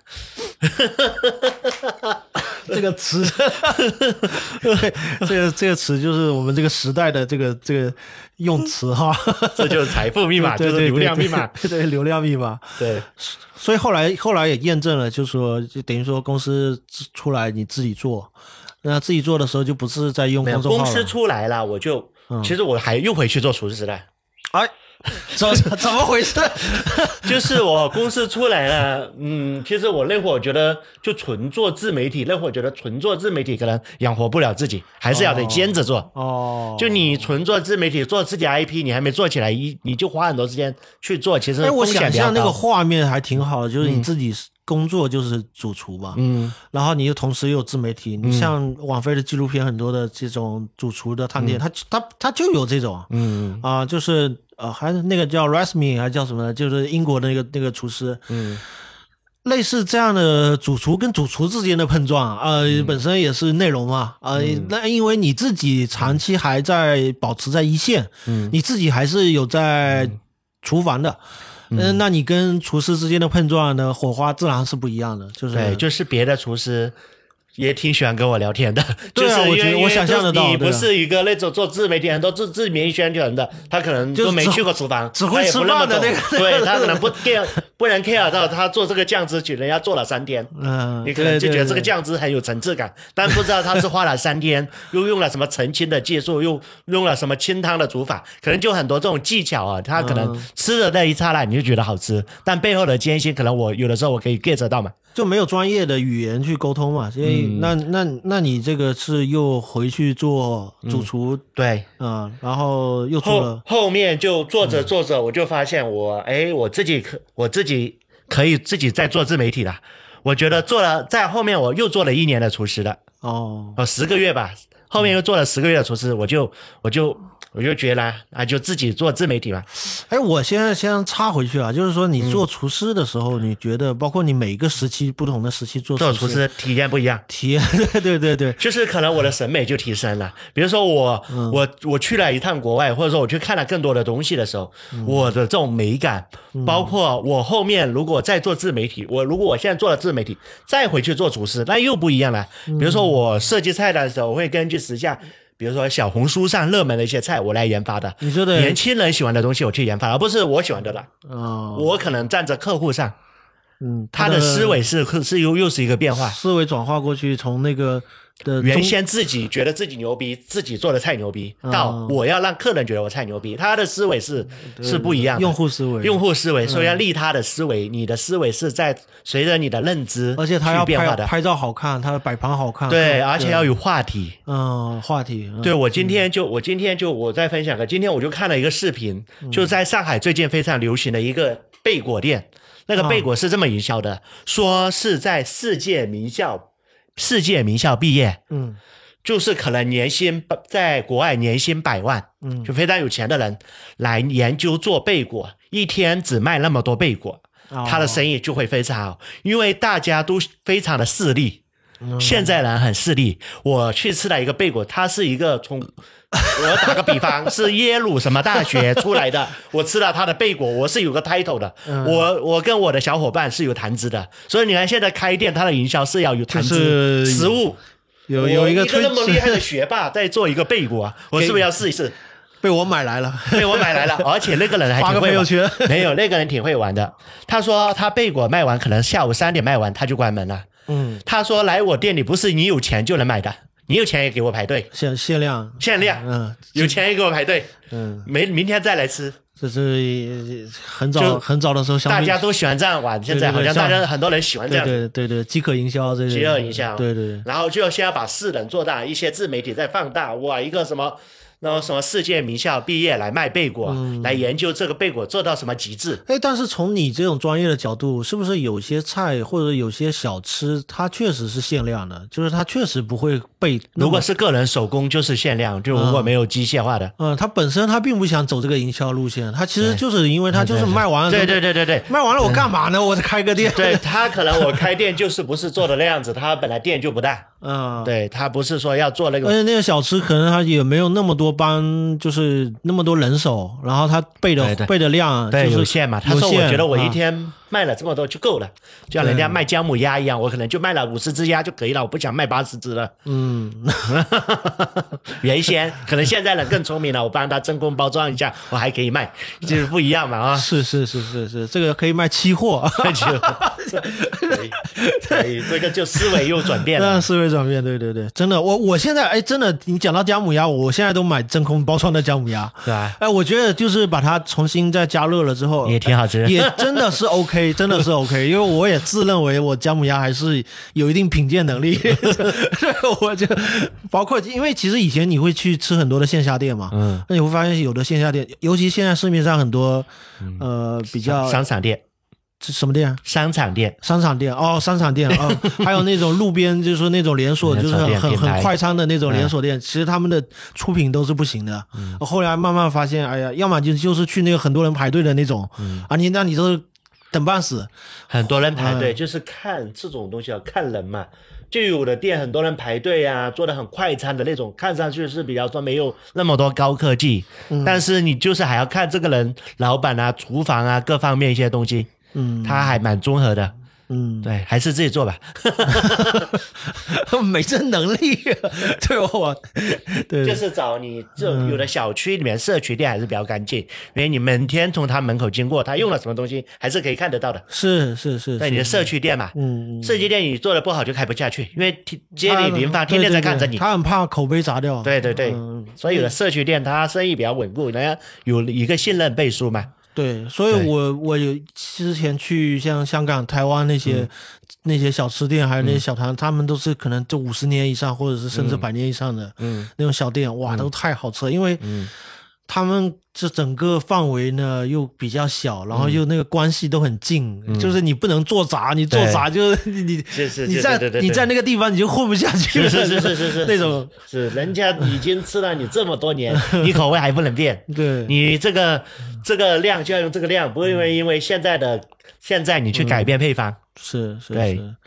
这个词，对，这个这个词就是我们这个时代的这个这个用词哈， 这就是财富密码，就是流量密码， 对, 对, 对, 对流量密码， 对。 所以后来后来也验证了，就是说，就等于说公司出来你自己做，那自己做的时候就不是在用公众号了。 公司出来了，我就、嗯、其实我还又回去做厨师了。哎。 怎怎么回事？ 就是我公司出来了，嗯，其实我那会儿觉得就纯做自媒体，那会儿觉得纯做自媒体可能养活不了自己，还是要得兼着做。 哦， 就你纯做自媒体，做自己 I P， 你还没做起来，一你就花很多时间去做，其实哎，我想象那个画画面还挺好的，就是你自己工作就是主厨嘛，嗯，然后你又同时又有自媒体，你像网飞的纪录片很多的这种主厨的探店，他他他就有这种，嗯啊、呃，就是呃，还是那个叫 Rasmin 还叫什么，就是英国的那个那个厨师，嗯。类似这样的主厨跟主厨之间的碰撞，呃，嗯、本身也是内容嘛，呃，嗯、那因为你自己长期还在保持在一线，嗯，你自己还是有在厨房的，嗯、呃，那你跟厨师之间的碰撞呢，火花自然是不一样的，就是对，就是别的厨师。也挺喜欢跟我聊天的， 对啊，我觉得我想象得到， 你不是一个那种做自媒体很多自自媒体宣传的，他可能都没去过厨房， 只会吃饭的那个， 对他可能不 care 不能 care 到他做这个酱汁，人家做了三天，嗯，你可能就觉得这个酱汁很有层次感，但不知道他是花了三天，又用了什么澄清的技术，又用了什么清汤的煮法，可能就很多这种技巧啊，他可能吃的那一刹那你就觉得好吃，但背后的艰辛，可能我有的时候我可以 get 到嘛。 就没有专业的语言去沟通嘛，所以、嗯、那那那你这个是又回去做主厨、嗯、 对啊、嗯，然后又做了后, 后面就做着做着，我就发现我哎、嗯，我自己可我自己可以自己在做自媒体了。我觉得做了，在后面我又做了一年的厨师了，哦，哦十个月吧，后面又做了十个月的厨师，我就我就。我就觉得啊，就自己做自媒体吧。 哎，我现在先插回去啊，就是说你做厨师的时候，嗯、你觉得包括你每一个时期不同的时期做做厨师体验不一样， 体验对对对对， 就是可能我的审美就提升了。比如说我、嗯、我我去了一趟国外，或者说我去看了更多的东西的时候，嗯、我的这种美感，嗯、包括我后面如果再做自媒体，我如果我现在做了自媒体，再回去做厨师，那又不一样了。比如说我设计菜单的时候，我会根据时下。比如说小红书上热门的一些菜我来研发的， 你说的年轻人喜欢的东西我去研发，而不是我喜欢的了。哦，我可能站在客户上，嗯，他的思维是是又又是一个变化， 思维转化过去，从那个的原先自己觉得自己牛逼，自己做的菜牛逼，哦、到我要让客人觉得我菜牛逼，他的思维是是不一样的。 用户思维， 用户思维，所以要利他的思维，嗯、你的思维是在随着你的认知， 而且他要拍拍照好看，他的摆盘好看， 对，而且要有话题， 嗯，话题。嗯、 对我今天就、嗯、我今天就我再分享个，今天我就看了一个视频，嗯、就在上海最近非常流行的一个贝果店，那个贝果是这么营销的，哦、说是在世界名校。世界名校毕业，嗯，就是可能年薪在国外年薪百万，嗯，就非常有钱的人来研究做贝果，一天只卖那么多贝果，哦、他的生意就会非常好，因为大家都非常的势利，嗯、现在人很势利。我去吃了一个贝果，它是一个从。我打个比方，是耶鲁什么大学出来的，我吃了他的贝果，我是有个 title 的，嗯、我我跟我的小伙伴是有谈资的，所以你看现在开店，他的营销是要有谈资，就是、食物有有一个一个那么厉害的学霸在做一个贝果，我是不是要试一试？ 被我买来了， 被我买来了，而且那个人还挺会玩，没有那个人挺会玩的。他说他贝果卖完，可能下午三点卖完他就关门了。嗯，他说来我店里不是你有钱就能买的。你有钱也给我排队， 限限量， 限量，嗯，有钱也给我排队，嗯，没明天再来吃。 这是很早很早的时候， 大家都喜欢这样玩。现在好像大家很多人喜欢这样， 对对对，饥渴营销，这饥饿营销， 对对。 然后就先要把势能做大，一些自媒体再放大，哇，一个什么。然后什么世界名校毕业来卖贝果、嗯、来研究这个贝果做到什么极致。 哎，但是从你这种专业的角度，是不是有些菜或者有些小吃它确实是限量的，就是它确实不会被， 如果是个人手工就是限量，就如果没有机械化的， 嗯，它本身它并不想走这个营销路线，它其实就是因为它就是卖完了， 对对对对对， 卖完了我干嘛呢？我开个店， 对，他可能我开店就是不是做的那样子，他本来店就不大，嗯，对，他不是说要做那个， 而且那个小吃可能他也没有那么多帮，就是那么多人手，然后他备的对对备的量对、就是、有限嘛。他说我觉得我一天卖了这么多就够了，就像人家卖姜母鸭一样，我可能就卖了五十只鸭就可以了，我不想卖八十只了。嗯，原先可能现在人更聪明了，我帮他真空包装一下，我还可以卖，就是不一样嘛啊！ 是是是是是，这个可以卖期货， 可以，这个就思维又转变了， 思维转变，对对对，真的，我我现在哎，真的，你讲到姜母鸭，我现在都买真空包装的姜母鸭， 对吧？ 哎，我觉得就是把它重新再加热了之后， 也挺好吃， 也真的是 OK， 真的是 OK， 因为我也自认为我姜母鸭还是有一定品鉴能力，我就包括因为其实以前你会去吃很多的线下店嘛，嗯，那你会发现有的线下店，尤其现在市面上很多、嗯、呃比较商场店。 什么店？ 商场店， 商场店哦，商场店哦，还有那种路边就是说那种连锁，就是很很很快餐的那种连锁店，嗯、其实他们的出品都是不行的。嗯、后来慢慢发现，哎呀，要么就就是去那个很多人排队的那种，嗯、啊，你那你都等半死， 很多人排队，嗯、就是看这种东西要看人嘛。就有的店很多人排队啊，做的很快餐的那种，看上去是比较说没有那么多高科技，嗯、但是你就是还要看这个人老板啊、厨房啊各方面一些东西。嗯，他还蛮综合的，嗯，对，还是自己做吧， 没这能力，对我，对， 就是找你这种有的小区里面社区店还是比较干净，因为你每天从他门口经过，他用了什么东西还是可以看得到的， 是是是， 在你的社区店嘛，嗯，社区店你做的不好就开不下去，因为街里邻坊天天在看着你， 他很怕口碑砸掉， 对对对，嗯、所以有的社区店他生意比较稳固，人家有一个信任背书嘛。 对，所以我我有之前去像香港、台湾那些、嗯、那些小吃店，还有那些小摊、嗯，他们都是可能就五十年以上，或者是甚至百年以上的，嗯，那种小店，哇，都太好吃了，因为他们这整个范围呢又比较小，然后又那个关系都很近，嗯、就是你不能做砸，你做砸就是你是是你在你在那个地方你就混不下去了， 是是是是是那种是人家已经吃了你这么多年，你口味还不能变， 对， 你这个这个量就要用这个量，不会因为因为现在的现在你去改变配方，嗯、 是是对。 是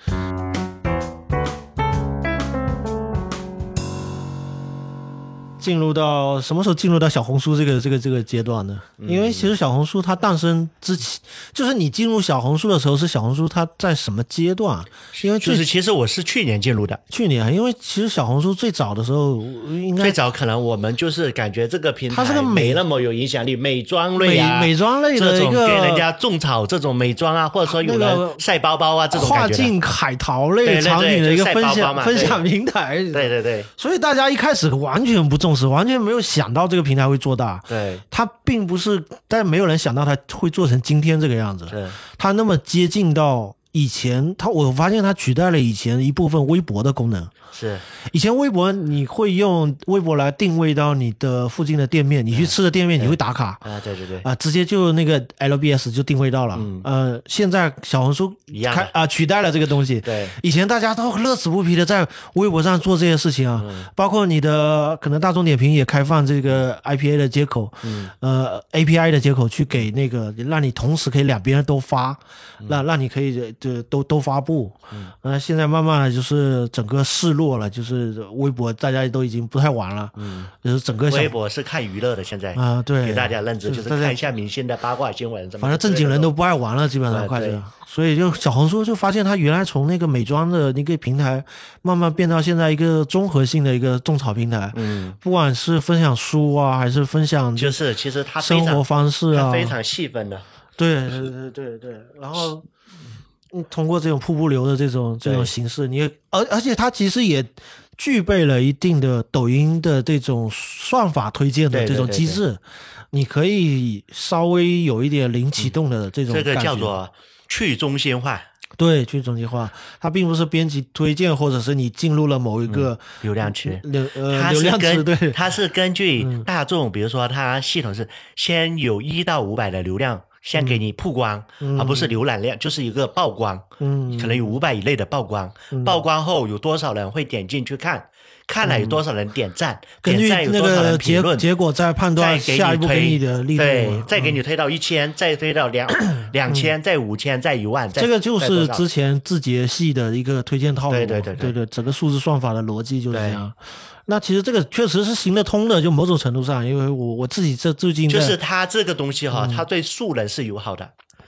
进入到什么时候进入到小红书这个这个这个阶段呢？因为其实小红书它诞生之前，就是你进入小红书的时候，是小红书它在什么阶段？因为就是其实我是去年进入的， 去年，因为其实小红书最早的时候，应该最早可能我们就是感觉这个平台它是个没那么有影响力，美妆类啊， 美美妆类的一个给人家种草这种美妆啊，或者说有人晒包包啊这种感觉， 跨境海淘类产品的一个分享分享平台， 对对对， 所以大家一开始完全不重视，完全没有想到这个平台会做大， 对， 它并不是，但没有人想到它会做成今天这个样子， 对， 它那么接近到以前，它我发现它取代了以前一部分微博的功能。 是， 以前微博你会用微博来定位到你的附近的店面，你去吃的店面你会打卡啊，对对对， 啊，直接就那个 L B S 就定位到了。嗯、呃，现在小红书开啊、呃、取代了这个东西。 对， 以前大家都乐此不疲的在微博上做这些事情啊，嗯、包括你的可能大众点评也开放这个 I P A 的接口，嗯、呃 A P I 的接口去给那个让你同时可以两边都发，嗯、让让你可以就都都发布。嗯，呃，现在慢慢的就是整个市落了，就是微博大家都已经不太玩了，嗯，就是整个微博是看娱乐的，现在啊，对， 给大家认知就是看一下明星的八卦新闻， 反正正经人都不爱玩了，基本上快是，所以就小红书就发现它原来从那个美妆的那个平台，慢慢变到现在一个综合性的一个种草平台，嗯，不管是分享书啊，还是分享就是其实它生活方式啊， 非常细分的， 对对对对对，然后。通过这种瀑布流的这种这种形式，你而而且它其实也具备了一定的抖音的这种算法推荐的这种机制， 对对对对， 你可以稍微有一点零启动的这种感觉， 嗯、这个叫做去中心化。 对，去中心化，它并不是编辑推荐，或者是你进入了某一个、嗯、 流量池， 流呃流量池，对， 它是根据大众，嗯、比如说它系统是先有一到五百的流量。先给你曝光，嗯、而不是浏览量，就是一个曝光，嗯，可能有五百以内的曝光，嗯、曝光后有多少人会点进去看，看了有多少人点赞， 根据点赞有多少人评论， 结果再判断下一步给你的力度， 对，再给你推到一千，嗯、再推到两两千，再五千，再一万， 这个就是之前字节系的一个推荐套路， 对对对对, 对对，整个数字算法的逻辑就是这样。那其实这个确实是行得通的，就某种程度上，因为我我自己这最近就是它这个东西哈，嗯、它对素人是友好的。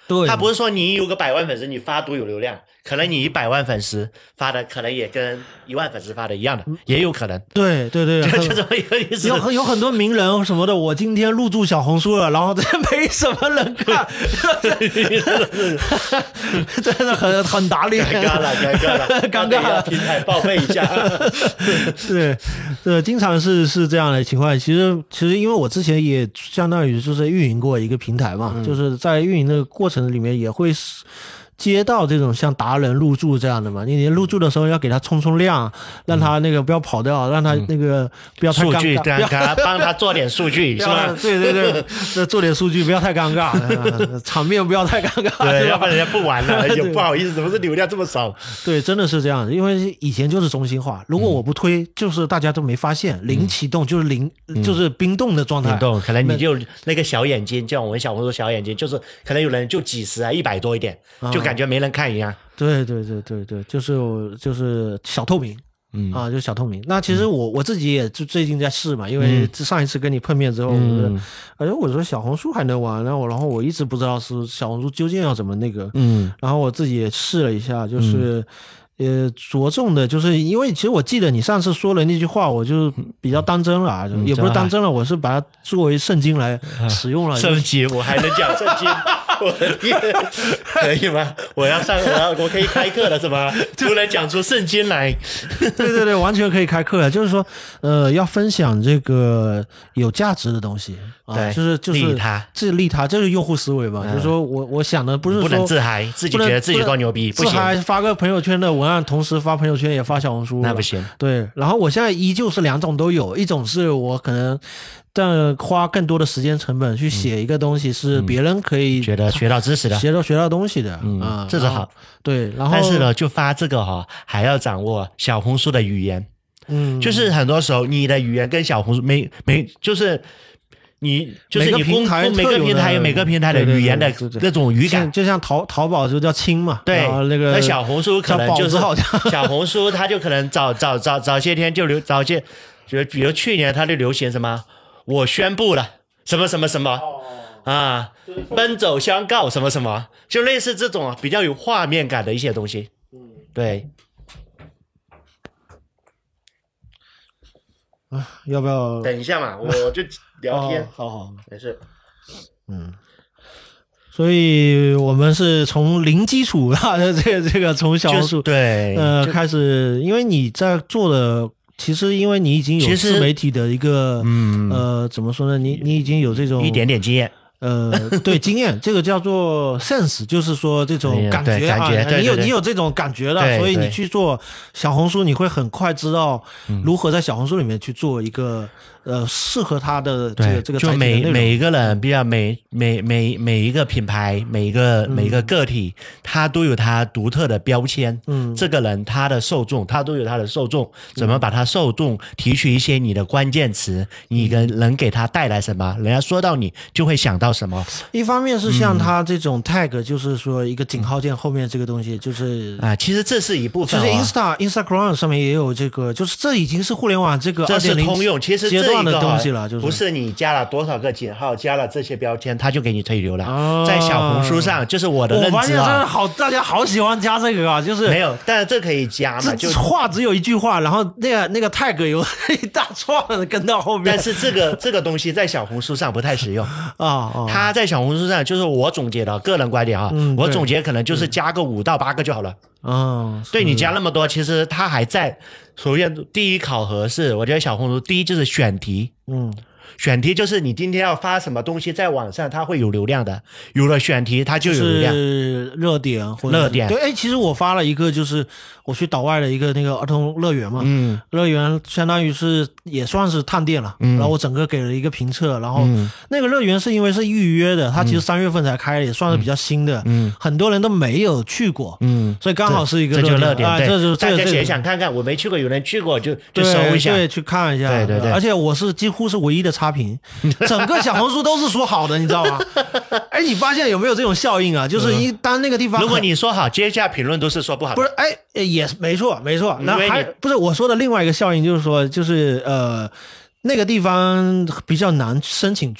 对， 他不是说你有个百万粉丝你发多有流量，可能你一百万粉丝发的可能也跟一万粉丝发的一样的，也有可能。 对对对， 就这么一个意思。 有有很多名人什么的，我今天入驻小红书了，然后没什么人看，真的很很打脸， 尴尬了，尴尬了， 尴尬了， 平台报备一下。 对对，经常是是这样的情况。其实其实因为我之前也相当于就是运营过一个平台嘛，嗯、就是在运营的过程里面也会接到这种像达人入驻这样的嘛，你入驻的时候要给他冲冲量，让他那个不要跑掉，嗯、让他那个不要太尴尬， 数据尴尬，帮他做点数据是吧？ 对对对，做点数据不要太尴尬，场面不要太尴尬， 对，要不然人家不玩了，就不好意思，怎么是流量这么少？ 对，真的是这样的，因为以前就是中心化，如果我不推，就是大家都没发现，零启动就是零，嗯、就是冰冻的状态。 冰冻，可能你就那个小眼睛，像我们小红书小眼睛，就是可能有人就几十啊，一百多一点，就感觉没人看一样。 对对对对对，就是就是小透明。嗯啊，就小透明。那其实我、嗯、我自己也就最近在试嘛，因为上一次跟你碰面之后，嗯、我说，哎，我说小红书还能玩，然后然后我一直不知道是小红书究竟要怎么那个，嗯，然后我自己也试了一下，就是。嗯呃，着重的就是因为其实我记得你上次说的那句话，我就比较当真了啊，嗯、也不是当真了，我是把它作为圣经来使用了。 圣经，我还能讲圣经，我的天，可以吗？我要上，我要我可以开课了是吗？突然讲出圣经来， 对对对，完全可以开课了。就是说，呃，要分享这个有价值的东西。 对、啊， 就是就是利他， 这利他，这是用户思维嘛？嗯、就是说我我想的不是说不能自嗨，自己觉得自己多牛逼，不行， 自嗨发个朋友圈的文案，同时发朋友圈也发小红书， 那不行。 对，然后我现在依旧是两种都有，一种是我可能但花更多的时间成本去写一个东西，是别人可以、 嗯、觉得学到知识的， 学到学到东西的， 嗯， 啊、 这是好。 对，然后但是呢，就发这个哈、哦，还要掌握小红书的语言，嗯，就是很多时候你的语言跟小红书没没就是。你就是你公开每个平台有每个平台的语言的那种语感， 就像淘淘宝就叫轻嘛， 对， 那个那小红书可能就是小红书，它就可能早早早早些天就流早些，就比如去年它就流行什么，我宣布了什么什么什么啊，奔走相告什么什么，就类似这种比较有画面感的一些东西，对。 啊，要不要等一下嘛？我就聊天。 哦、好好， 没事。 嗯，所以我们是从零基础啊，这个这个从小红书对呃开始，因为你在做的，其实因为你已经有自媒体的一个嗯呃怎么说呢？你你已经有这种一点点经验。 呃，对，经验，这个叫做 sense， 就是说这种感觉啊， 感觉对对对， 你有你有这种感觉了，所以你去做小红书，你会很快知道如何在小红书里面去做一个、嗯、呃适合他的这个这个就每每一个人，比较每每每每一个品牌，每一个、嗯、每一个个体，他都有他独特的标签。嗯，这个人他的受众，他都有他的受众，怎么把他受众提取一些你的关键词，你跟能给他带来什么，人家说到你就会想到。什么？ 一方面是像他这种 tag，、嗯、就是说一个井号键后面这个东西，就是啊，其实这是一部分、哦。 其实 Insta Instagram 上面也有这个，就是这已经是互联网这个这是通用，其实阶段的东西了，就是不是你加了多少个井号，加了这些标签，他就给你推流了。哦、在小红书上，就是我的认知、啊、 我发现真的好，大家好喜欢加这个啊，就是没有，但是这可以加嘛，就话只有一句话，然后那个那个 tag 有一大串跟到后面， 但是这个这个东西在小红书上不太实用啊。哦他在小红书上，就是我总结的个人观点啊，嗯、我总结可能就是加个五到八个就好了。哦，对你加那么多，其实他还在。首先，第一考核是，我觉得小红书第一就是选题，嗯。选题就是你今天要发什么东西在网上，它会有流量的。有了选题，它就有流量。 是热点或者热点。 对，哎，其实我发了一个，就是我去岛外的一个那个儿童乐园嘛，嗯，乐园相当于是也算是探店了，嗯，然后我整个给了一个评测，然后、嗯、那个乐园是因为是预约的，它其实三月份才开，也算是比较新的，嗯，很多人都没有去过，嗯，所以刚好是一个热点， 这就热点， 啊， 这就大家也想看看，我没去过，有人去过就就搜一下， 对，去看一下， 对对对， 而且我是几乎是唯一的差评。整个小红书都是说好的，你知道吗？哎，你发现有没有这种效应啊？就是一当那个地方， 如果你说好，接下评论都是说不好的。 不是，哎，也没错，没错。那还不是我说的另外一个效应，就是说，就是呃，那个地方比较难申请去。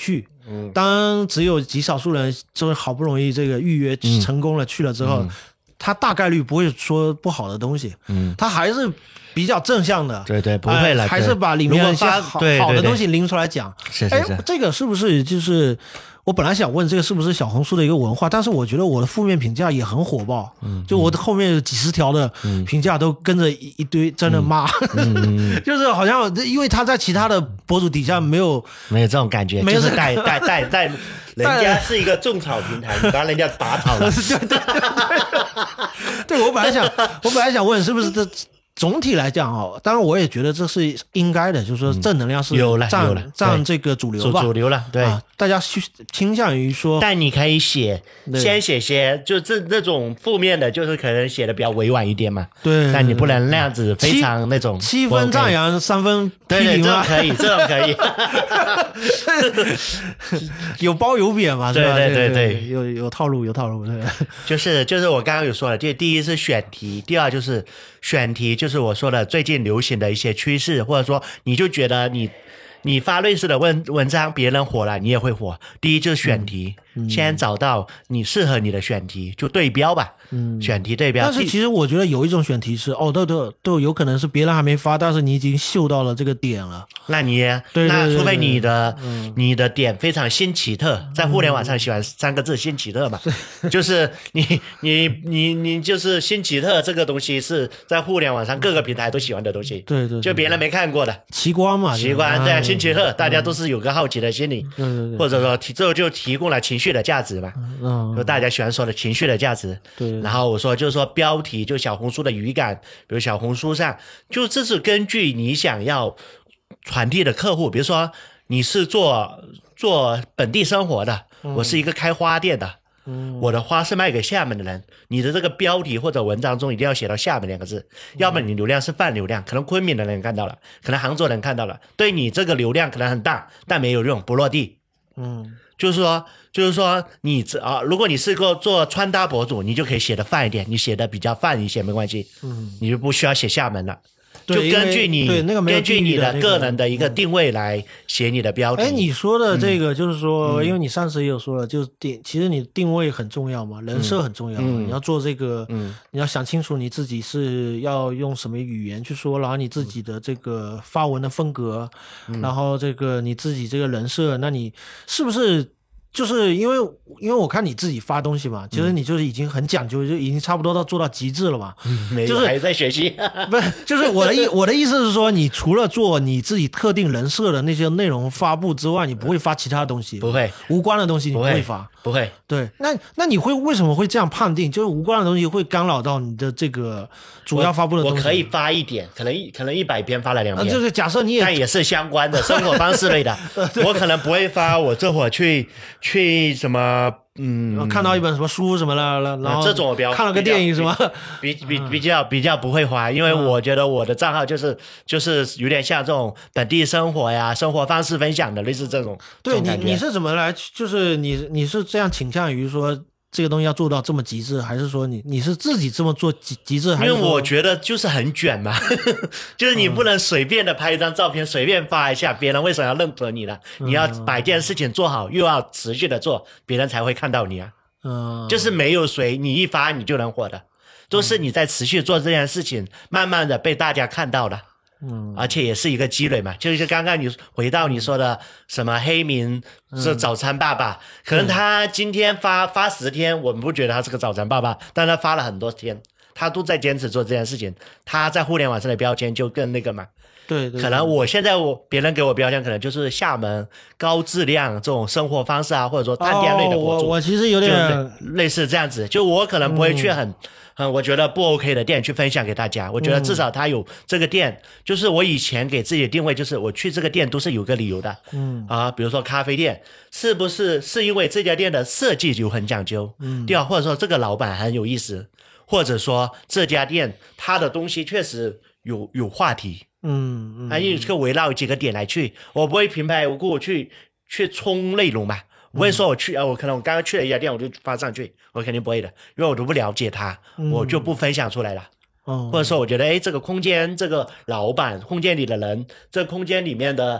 嗯，当只有极少数人就是好不容易这个预约成功了、嗯、去了之后、嗯，他大概率不会说不好的东西，嗯，他还是比较正向的， 对对，不会了、呃， 还是把里面一些好对对对好的东西拎出来讲。 是是是， 这个是不是就是我本来想问这个是不是小红书的一个文化，但是我觉得我的负面评价也很火爆，嗯，就我的后面有几十条的评价都跟着一堆在那骂，嗯嗯、就是好像因为他在其他的博主底下没有没有这种感觉， 没有就是带带带带，人家是一个种草平台，你把人家拔草了， 对对对对，对我本来想我本来想问是不是这。总体来讲哦，当然我也觉得这是应该的，就是说正能量是占占这个主流吧， 主流了，对， 啊、大家倾向于说， 但你可以写，先写些，就这那种负面的，就是可能写的比较委婉一点嘛， 对， 但你不能那样子非常那种七分赞扬，三分批评啊， 对对，这种可以，这种可以，有褒有贬嘛， 对对对对， 对有有套路有套路，对， 就是就是我刚刚有说了，就第一是选题，第二就是选题就是。就是我说的最近流行的一些趋势，或者说你就觉得你你发类似的文文章，别人火了，你也会火。第一就是选题，嗯、先找到你适合你的选题，就对标吧。嗯，选题对标。 但是其实我觉得有一种选题是，哦，都都都有可能是别人还没发，但是你已经嗅到了这个点了。 那你对对对对那除非你的、嗯、你的点非常新奇特，在互联网上喜欢三个字新奇特嘛，就是你你你你就是新奇特这个东西是在互联网上各个平台都喜欢的东西。 对 对, 对， 就别人没看过的奇观嘛， 奇观对啊，新奇特，大家都是有个好奇的心理，对对对，或者说提这就提供了情绪的价值嘛，嗯，就大家喜欢说的情绪的价值。 对， 然后我说就是说标题，就小红书的语感，比如小红书上，就这是根据你想要传递的客户，比如说你是做做本地生活的，嗯、我是一个开花店的。嗯、我的花是卖给厦门的人，你的这个标题或者文章中一定要写到厦门两个字，嗯、要么你流量是泛流量，可能昆明的人看到了，可能杭州人看到了，对你这个流量可能很大，但没有用，不落地。嗯，就是说，就是说你啊，如果你是个做穿搭博主，你就可以写的泛一点，你写的比较泛一些没关系，嗯，你就不需要写厦门了。就根据你对那个根据你的个人的一个定位来写你的标题。 哎，你说的这个就是说，嗯、因为你上次也有说了，就是定其实你定位很重要嘛，人设很重要嘛，嗯、你要做这个，嗯、你要想清楚你自己是要用什么语言去说，然后你自己的这个发文的风格，嗯、然后这个你自己这个人设，那你是不是？就是因为因为我看你自己发东西嘛，其实你就是已经很讲究，就已经差不多到做到极致了嘛。 嗯、没有， 就是还在学习。 不是，就是我的意我的意思是说，你除了做你自己特定人设的那些内容发布之外，你不会发其他东西。 不会， 无关的东西你不会发。 不会。 对，那那你会为什么会这样判定？就是无关的东西会干扰到你的这个主要发布的东西。 我, 我可以发一点，可能一可能一百篇发了两篇、 啊，就是假设你也， 但也是相关的生活方式类的。我可能不会发我这会儿去去什么。嗯， 看到一本什么书什么的，然后这种我比较看了个电影什么， 比比比较比较不会花，因为我觉得我的账号就是就是有点像这种本地生活呀、生活方式分享的，类似这种。 对你你是怎么来？就是你你是这样倾向于说这个东西要做到这么极致，还是说你你是自己这么做极极致？还是因为我觉得就是很卷嘛，就是你不能随便的拍一张照片，嗯、随便发一下，别人为什么要认可你呢？嗯、你要把一件事情做好，又要持续的做，别人才会看到你啊。嗯，就是没有谁你一发你就能火的，都是你在持续做这件事情，慢慢的被大家看到的。嗯，而且也是一个积累嘛，就是刚刚你回到你说的什么黑名是早餐爸爸，嗯、可能他今天发发十天，我们不觉得他是个早餐爸爸，但他发了很多天，他都在坚持做这件事情，他在互联网上的标签就更那个嘛。 对 对, 对， 可能我现在我别人给我标签，可能就是厦门高质量这种生活方式啊，或者说探店类的博主。 哦、我我其实有点类似这样子，就我可能不会去很。嗯嗯，我觉得不 OK 的店去分享给大家，我觉得至少他有这个店，嗯、就是我以前给自己的定位就是我去这个店都是有个理由的，嗯啊，比如说咖啡店，是不是是因为这家店的设计就很讲究，嗯，第二或者说这个老板很有意思，或者说这家店它的东西确实有有话题，嗯嗯，还有这个围绕几个点来去，我不会平白无故去去冲内容嘛。我会说我去啊，我可能我刚刚去了一家店，我就发上去，我肯定不会的，因为我都不了解它，嗯、我就不分享出来了。哦、或者说我觉得，哎，这个空间，这个老板，空间里的人，这空间里面的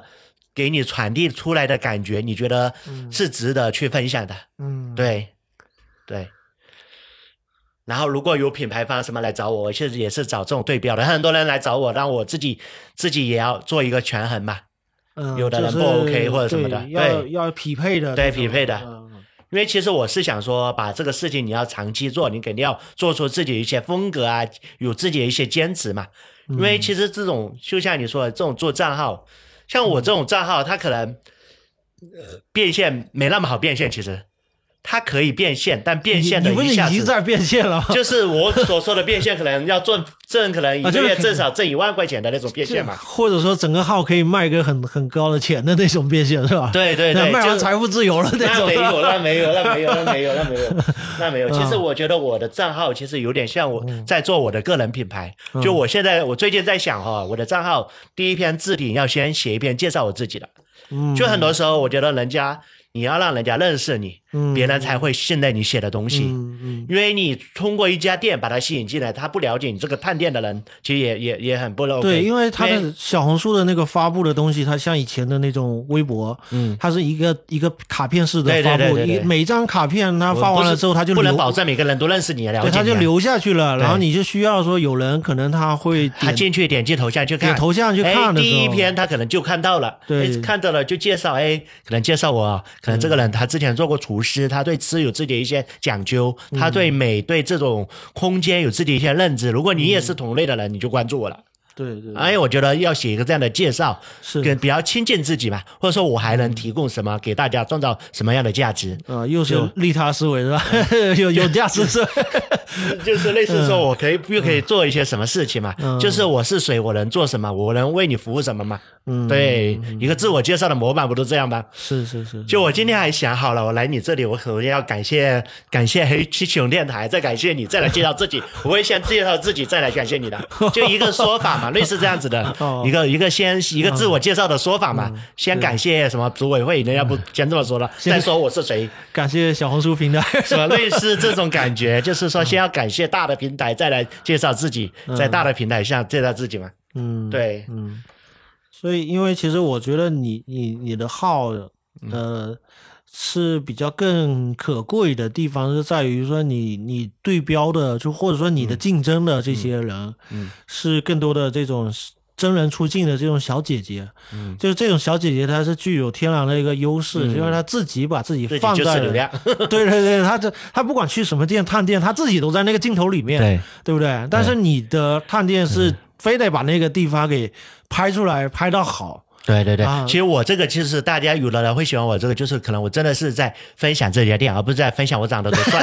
给你传递出来的感觉，你觉得是值得去分享的。嗯，对对。然后如果有品牌方什么来找我，我其实也是找这种对标的，很多人来找我，让我自己自己也要做一个权衡嘛。嗯，有的人不 OK 或者什么的， 对，要要匹配的， 对，匹配的。嗯，因为其实我是想说，把这个事情你要长期做，你肯定要做出自己的一些风格啊，有自己的一些坚持嘛。因为其实这种就像你说的，这种做账号，像我这种账号，它可能呃变现没那么好变现，其实。它可以变现，但变现的一下子， 你不是已经在变现了吗？ 就是我所说的变现，可能要赚挣，可能一个月至少挣一万块钱的那种变现嘛， 或者说整个号可以卖个很很高的钱的那种变现，是吧？ 对对对， 卖完财富自由了那种。 那没有，那没有，那没有，那没有，那没有，那没有。其实我觉得我的账号其实有点像我在做我的个人品牌。嗯、就我现在，我最近在想哈，我的账号第一篇置顶要先写一篇介绍我自己的。嗯，就很多时候我觉得人家。你要让人家认识你，嗯、别人才会信任你写的东西。嗯嗯、因为你通过一家店把他吸引进来，他不了解你这个探店的人，其实也也也很不 OK。 对，因为他的小红书的那个发布的东西，它像以前的那种微博，嗯，它是一个一个卡片式的发布，对对对对对，每张卡片他发完了之后，他就不能保证每个人都认识你，了解你、啊， 对，他就留下去了。然后你就需要说有人可能他会他进去点击头像去看， 点头像去看的时候， 第一篇他可能就看到了，对，看到了就介绍，哎，可能介绍我，可能这个人他自之前做过厨师，他对吃有自己的一些讲究，他对美对这种空间有自己的一些认知。如果你也是同类的人，你就关注我了。 对对， 哎，我觉得要写一个这样的介绍，是跟比较亲近自己嘛，或者说我还能提供什么给大家，创造什么样的价值啊、呃？又是利他思维是吧？有有价值是， 就是类似说我可以、嗯、又可以做一些什么事情嘛？嗯、就是我是谁，我能做什么，我能为你服务什么嘛？嗯，对，嗯、一个自我介绍的模板不都这样吗？ 是是是。 就我今天还想好了，我来你这里，我首先要感谢感谢黑七雄电台，再感谢你，再来介绍自己。我会先介绍自己，再来感谢你的，就一个说法嘛。类似这样子的、哦、一个一个先一个自我介绍的说法嘛，嗯、先感谢什么组委会，人家不先这么说了，再说我是谁， 感谢小红书平台， 是吧？类似这种感觉，就是说先要感谢大的平台，再来介绍自己，嗯、在大的平台上介绍自己嘛。嗯，对， 嗯。所以，因为其实我觉得你你你的号，呃。是比较更可贵的地方是在于说你你对标的就或者说你的竞争的这些人，嗯，嗯是更多的这种真人出镜的这种小姐姐，嗯，就是这种小姐姐她是具有天然的一个优势，嗯、因为她自己把自己放在流量， 对对对，她这她不管去什么店探店，她自己都在那个镜头里面，对对不对？但是你的探店是非得把那个地方给拍出来，拍到好。 对对对、啊，其实我这个就是大家有的人会喜欢我这个，就是可能我真的是在分享这家店，而不是在分享我长得多帅，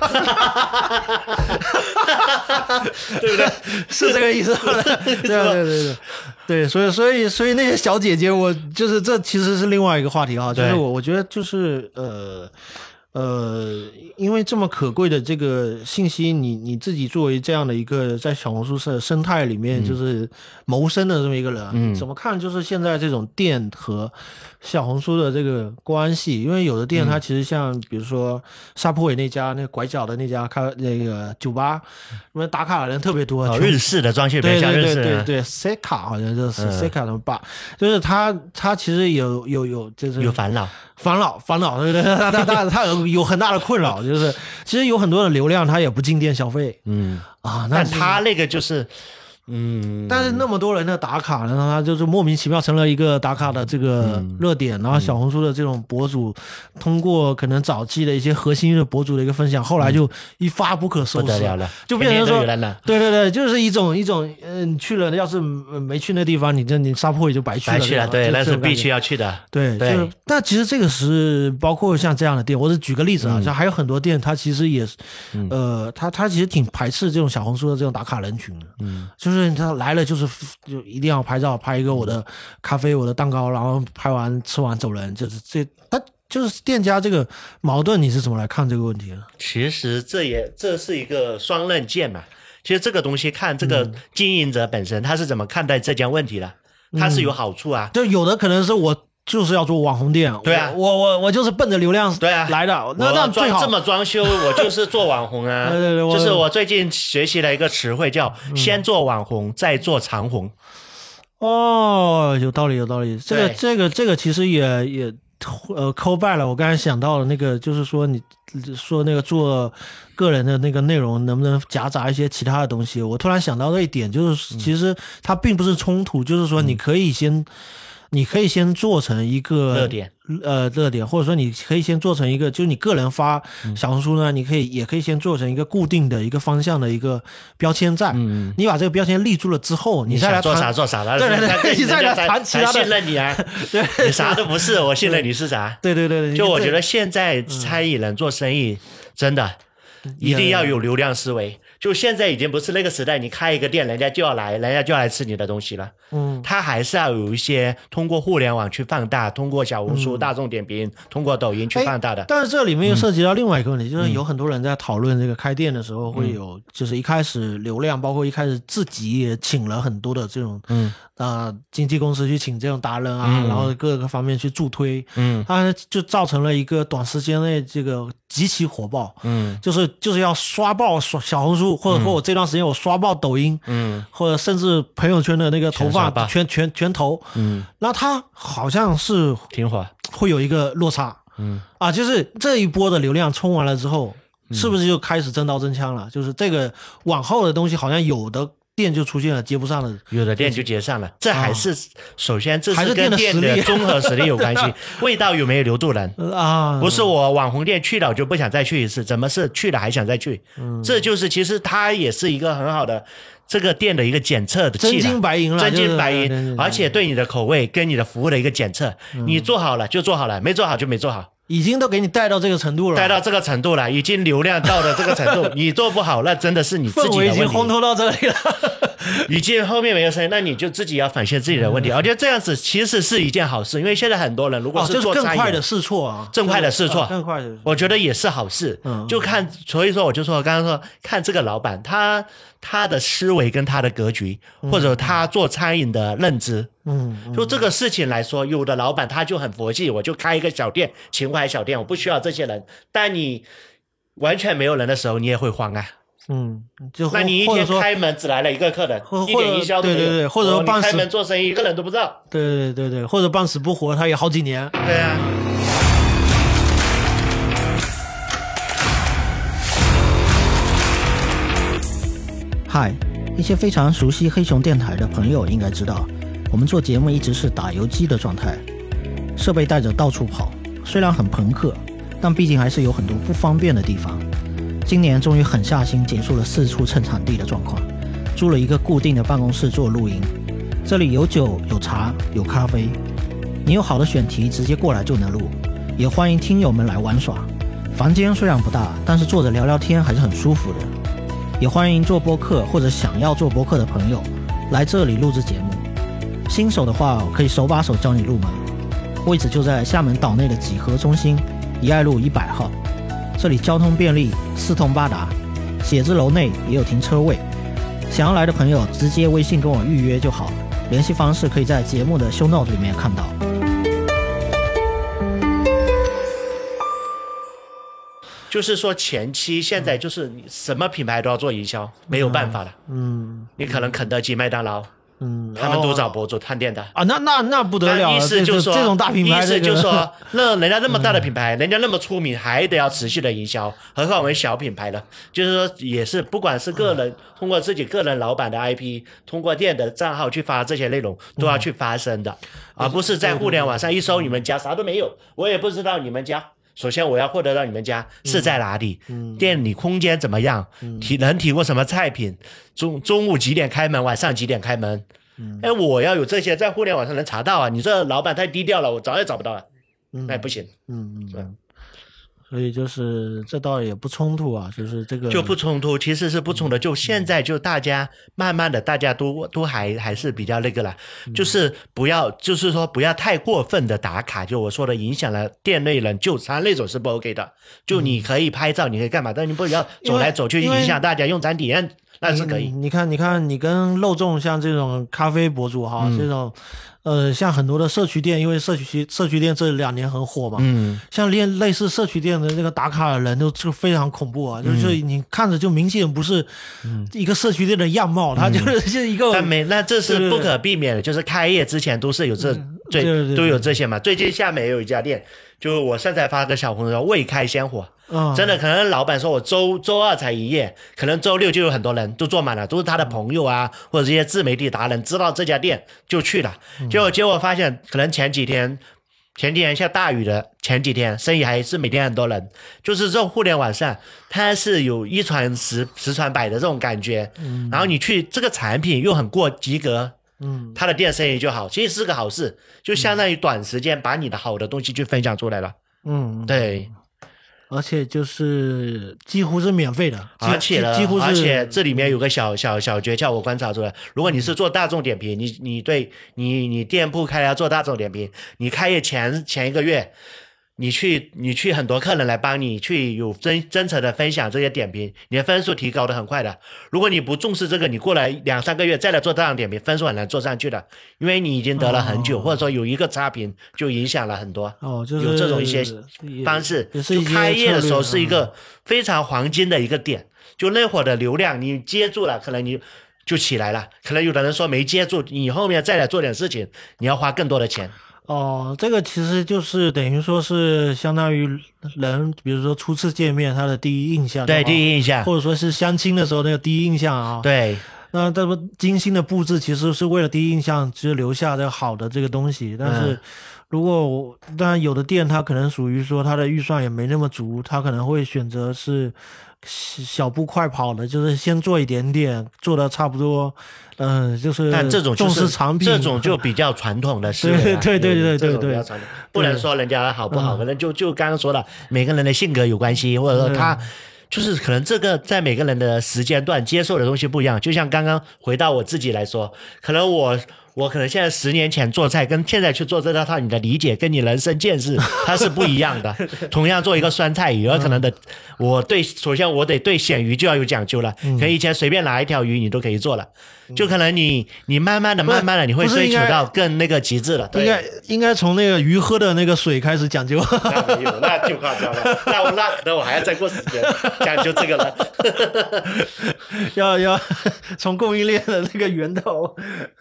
对不对？ 是这个意思。对对对对对，所以所以所以那些小姐姐，我就是这其实是另外一个话题啊，就是我我觉得就是呃。呃，因为这么可贵的这个信息，你你自己作为这样的一个在小红书的生态里面就是谋生的这么一个人，嗯，怎么看就是现在这种店和小红书的这个关系？因为有的店它其实像比如说沙坡尾那家那个拐角的那家开那个酒吧，因为打卡的人特别多， 哦、日式的装修比较像日式的， 对对对对 ，Seka 好像就是 Seka 的吧，就是他他其实有有有就是有烦恼。 烦恼烦恼，对不对？他他他他有有很大的困扰，就是其实有很多的流量，他也不进店消费，嗯啊，但他那个就是。 嗯，但是那么多人的打卡，然后他就是莫名其妙成了一个打卡的这个热点，嗯、然后小红书的这种博主，通过可能早期的一些核心的博主的一个分享，后来就一发不可收拾， 不得了了， 就变成说，对对对，就是一种一种，嗯，去了，要是没去那地方，你这你沙坡也就白去了， 白去了，对，那是必须要去的， 对对。就是，但其实这个是包括像这样的店，我是举个例子啊，嗯、像还有很多店，它其实也是，嗯、呃，它它其实挺排斥这种小红书的这种打卡人群的，嗯，就是。就是他来了，就是就一定要拍照，拍一个我的咖啡、我的蛋糕，然后拍完吃完走人，就是这他就是店家这个矛盾，你是怎么来看这个问题呢？ 其实这也这是一个双刃剑嘛。其实这个东西看这个经营者本身、嗯、他是怎么看待这件问题的，他是有好处啊。 就有的可能是我。就是要做网红店， 对啊， 我我我就是奔着流量对啊来的，那那最好这么装修，我就是做网红啊。 对对对， 就是我最近学习了一个词汇叫“先做网红，再做长红”。 哦，有道理有道理，这个这个这个其实也也呃 call back 了，我刚才想到了那个，就是说你说那个做个人的那个内容能不能夹杂一些其他的东西，我突然想到的一点就是其实它并不是冲突，就是说你可以先你可以先做成一个热点， 呃，热点，或者说你可以先做成一个，就是你个人发小红书呢，嗯、你可以也可以先做成一个固定的一个方向的一个标签在。嗯，你把这个标签立住了之后， 你再来做啥做啥了， 对对对，你再来谈其他的。 信任你啊，对，你啥都不是，我信任你是啥？ 对对对对， 就我觉得现在餐饮人做生意、嗯、真的一定要有流量思维。就现在已经不是那个时代，你开一个店，人家就要来，人家就要来吃你的东西了。嗯，他还是要有一些通过互联网去放大，通过小红书、嗯、大众点评，通过抖音去放大的。 但是这里面又涉及到另外一个问题，嗯、就是有很多人在讨论这个开店的时候会有，就是一开始流量，包括一开始自己也请了很多的这种，嗯啊、呃，经纪公司去请这种达人啊，嗯、然后各个方面去助推，嗯，它就造成了一个短时间内这个极其火爆，嗯，就是就是要刷爆刷小红书。或者说我这段时间我刷爆抖音，嗯，或者甚至朋友圈的那个投放全全全投，嗯，那它好像是挺火， 会有一个落差，嗯啊，就是这一波的流量冲完了之后，嗯、是不是就开始真刀真枪了？就是这个往后的东西好像有的店就出现了接不上的， 有的店就接上了，这还是、啊、首先这是跟店的综合实力有关系，味道有没有留住人啊？不是我网红店去了我就不想再去一次，怎么是去了还想再去？嗯，这就是其实它也是一个很好的这个店的一个检测的器， 真金白银了， 真金白银，就是、而且对你的口味跟你的服务的一个检测，嗯、你做好了就做好了，没做好就没做好。 已经都给你带到这个程度了， 带到这个程度了，已经流量到了这个程度，你做不好，那真的是你自己的问题。 氛围已经烘托到这里了， 已经后面没有声音，那你就自己要反省自己的问题。我觉得这样子其实是一件好事，因为现在很多人如果是做餐饮、 哦、更快的试错啊， 更快的试错， 哦、更快的， 我觉得也是好事。嗯，就看，所以说我就说，刚刚说看这个老板他他的思维跟他的格局，嗯、或者他做餐饮的认知。嗯，就这个事情来说，有的老板他就很佛系，我就开一个小店，情怀小店，我不需要这些人。但你完全没有人的时候，你也会慌啊。嗯，就那你一天开门只来了一个客人，一点营销都没有，对对对， 或者半死开门做生意一个人都不知道。 对对对对，或者半死不活，他也好几年。 对啊。 嗨。一些非常熟悉黑熊电台的朋友应该知道，我们做节目一直是打游击的状态，设备带着到处跑，虽然很朋克，但毕竟还是有很多不方便的地方。今年终于狠下心结束了四处蹭场地的状况，租了一个固定的办公室做录音，这里有酒有茶有咖啡，你有好的选题直接过来就能录，也欢迎听友们来玩耍。房间虽然不大，但是坐着聊聊天还是很舒服的。也欢迎做播客或者想要做播客的朋友来这里录制节目，新手的话可以手把手教你入门，位置就在厦门岛内的几何中心怡爱路一百号，这里交通便利，四通八达，写字楼内也有停车位，想要来的朋友直接微信跟我预约就好，联系方式可以在节目的 show note 里面看到。 就是说前期现在就是什么品牌都要做营销，嗯、没有办法了。嗯，你可能肯德基、麦当劳，嗯，他们都找博主探店的啊，那那那不得了。 意思就是说， 这种大品牌， 意思就是说，那人家那么大的品牌，嗯、人家那么出名，还得要持续的营销，何况我们小品牌了？就是说，也是不管是个人、嗯、通过自己个人老板的 I P， 通过店的账号去发这些内容，都要去发声的，嗯、而不是在互联网上一搜你们家啥都没有，我也不知道你们家。首先我要获得到你们家是在哪里，嗯、店里空间怎么样，嗯、提能提供什么菜品，中中午几点开门，晚上几点开门，嗯、哎，我要有这些在互联网上能查到啊，你这老板太低调了，我找也找不到啊，嗯、那不行。嗯嗯嗯。 所以就是这倒也不冲突啊，就是这个就不冲突，其实是不冲突。就现在就大家慢慢的，大家都都还还是比较那个了，嗯、就是不要，就是说不要太过分的打卡。就我说的，影响了店内人就餐那种是不 OK 的。就你可以拍照，你可以干嘛，但你不要走来走去影响大家用餐体验。 那是可以。 你, 你看，你看，你跟肉粽像这种咖啡博主哈，嗯、这种。呃，像很多的社区店，因为社区社区店这两年很火嘛，嗯，像类类似社区店的那个打卡的人都就非常恐怖啊，嗯、就是你看着就明显不是一个社区店的样貌，嗯、它就是是一个。 但没，那这是不可避免的，就是开业之前都是有这最、嗯、都有这些嘛。最近下面也有一家店，就我现在发个小红书未开先火。嗯、真的，可能老板说我周周二才营业，可能周六就有很多人都坐满了，都是他的朋友啊，或者这些自媒体达人知道这家店就去了，嗯、结果结果发现，可能前几天前几天下大雨的前几天，生意还是每天很多人，就是这种互联网上，它是有一传十十传百的这种感觉，嗯、然后你去这个产品又很过及格。嗯，他的店生意就好，其实是个好事，就相当于短时间把你的好的东西去分享出来了。嗯，对。 而且就是几乎是免费的， 而且呢， 几乎是， 而且这里面有个小小小诀窍，我观察出来，如果你是做大众点评，你你对你你店铺开要做大众点评，你开业前前一个月。你去你去很多客人来帮你去有真真诚的分享这些点评，你的分数提高的很快的。如果你不重视这个，你过来两三个月再来做大众点评，分数很难做上去的，因为你已经得了很久，哦、或者说有一个差评就影响了很多。 哦，就是有这种一些方式，就开业的时候是一个非常黄金的一个点，就那会儿的流量你接住了，可能你就起来了。可能有的人说没接住，你后面再来做点事情，你要花更多的钱。 哦，这个其实就是等于说是相当于人，比如说初次见面他的第一印象， 对，第一印象， 或者说是相亲的时候那个第一印象啊， 对。 那这么精心的布置，其实是为了第一印象，其实留下这个好的这个东西。但是，如果我当然有的店它可能属于说它的预算也没那么足，它可能会选择是小步快跑的，就是先做一点点，做的差不多。嗯、呃，就是但这种重视产品， 这种就比较传统的思维、啊， 对对对对对对， 不能说人家好不好，可能就就刚刚说了，每个人的性格有关系，或者说他就是可能这个在每个人的时间段接受的东西不一样。就像刚刚回到我自己来说，可能我。我可能现在十年前做菜跟现在去做这道菜，你的理解跟你人生见识它是不一样的。同样做一个酸菜鱼，有可能的，我对首先我得对鲜鱼就要有讲究了。可能以前随便拿一条鱼你都可以做了，就可能你你慢慢的慢慢的你会追求到更那个极致了。 应该应该从那个鱼喝的那个水开始讲究。 那没有，那就夸张了。那我那可能我还要再过时间讲究这个了。 要要从供应链的那个源头。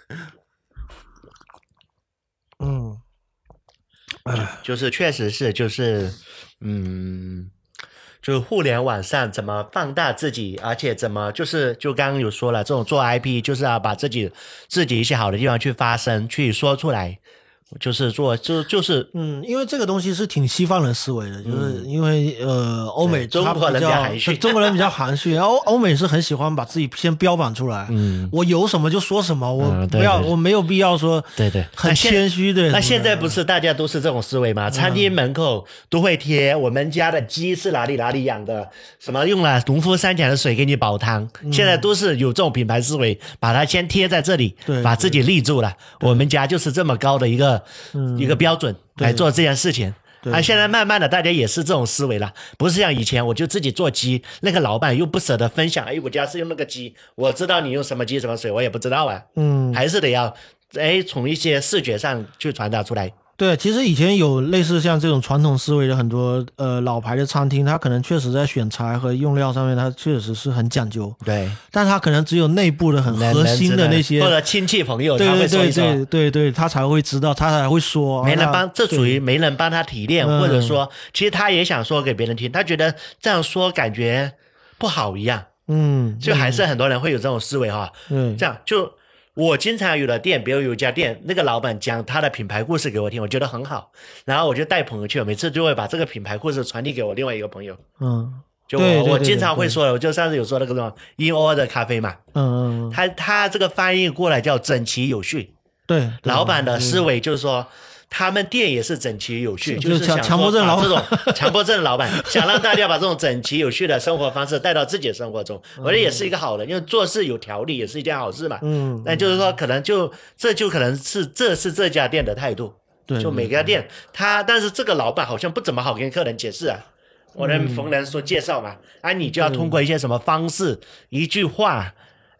嗯， 就是确实是就是嗯，就是互联网上怎么放大自己，而且怎么就是就刚刚有说了，这种做 I P 就是要把自己自己一些好的地方去发声，去说出来。就是做就就是嗯，因为这个东西是挺西方人思维的，就是因为呃欧美中国人比较含蓄， 中国人比较含蓄，欧欧美是很喜欢把自己先标榜出来，嗯，我有什么就说什么，我不要、嗯、我没有必要说对对很谦虚的。 那现在不是大家都是这种思维吗？餐厅门口都会贴我们家的鸡是哪里哪里养的，什么用了农夫山泉的水给你煲汤，嗯、现在都是有这种品牌思维，把它先贴在这里，把自己立住了。我们家就是这么高的一个。嗯、一个标准来做这件事情啊，现在慢慢的大家也是这种思维了，不是像以前我就自己做鸡，那个老板又不舍得分享，哎，我家是用那个鸡，我知道你用什么鸡什么水，我也不知道啊，嗯，还是得要哎从一些视觉上去传达出来。 对，其实以前有类似像这种传统思维的很多呃老牌的餐厅，它可能确实在选材和用料上面，它确实是很讲究。 对， 但它可能只有内部的很核心的那些， 或者亲戚朋友， 对对对对对对对，他才会知道，他才会说。 没人帮，这属于没人帮他提炼，或者说，其实他也想说给别人听，他觉得这样说感觉不好一样。嗯，就还是很多人会有这种思维哈。嗯，这样就。我经常有的店，比如有一家店，那个老板讲他的品牌故事给我听，我觉得很好，然后我就带朋友去，每次就会把这个品牌故事传递给我另外一个朋友。嗯，就我对对对对我经常会说的，我就上次有说那个什么 in order 咖啡嘛，嗯嗯，他他这个翻译过来叫整齐有序。对，老板的思维就是说。他们店也是整齐有序，就是想强迫症老板， 这种强迫症老板想让大家把这种整齐有序的生活方式带到自己的生活中，我觉得也是一个好的，因为做事有条理也是一件好事嘛。嗯，那就是说，可能就这就可能是这是这家店的态度，对，就每家店他，但是这个老板好像不怎么好跟客人解释啊。我能逢人说介绍嘛，啊，你就要通过一些什么方式，一句话。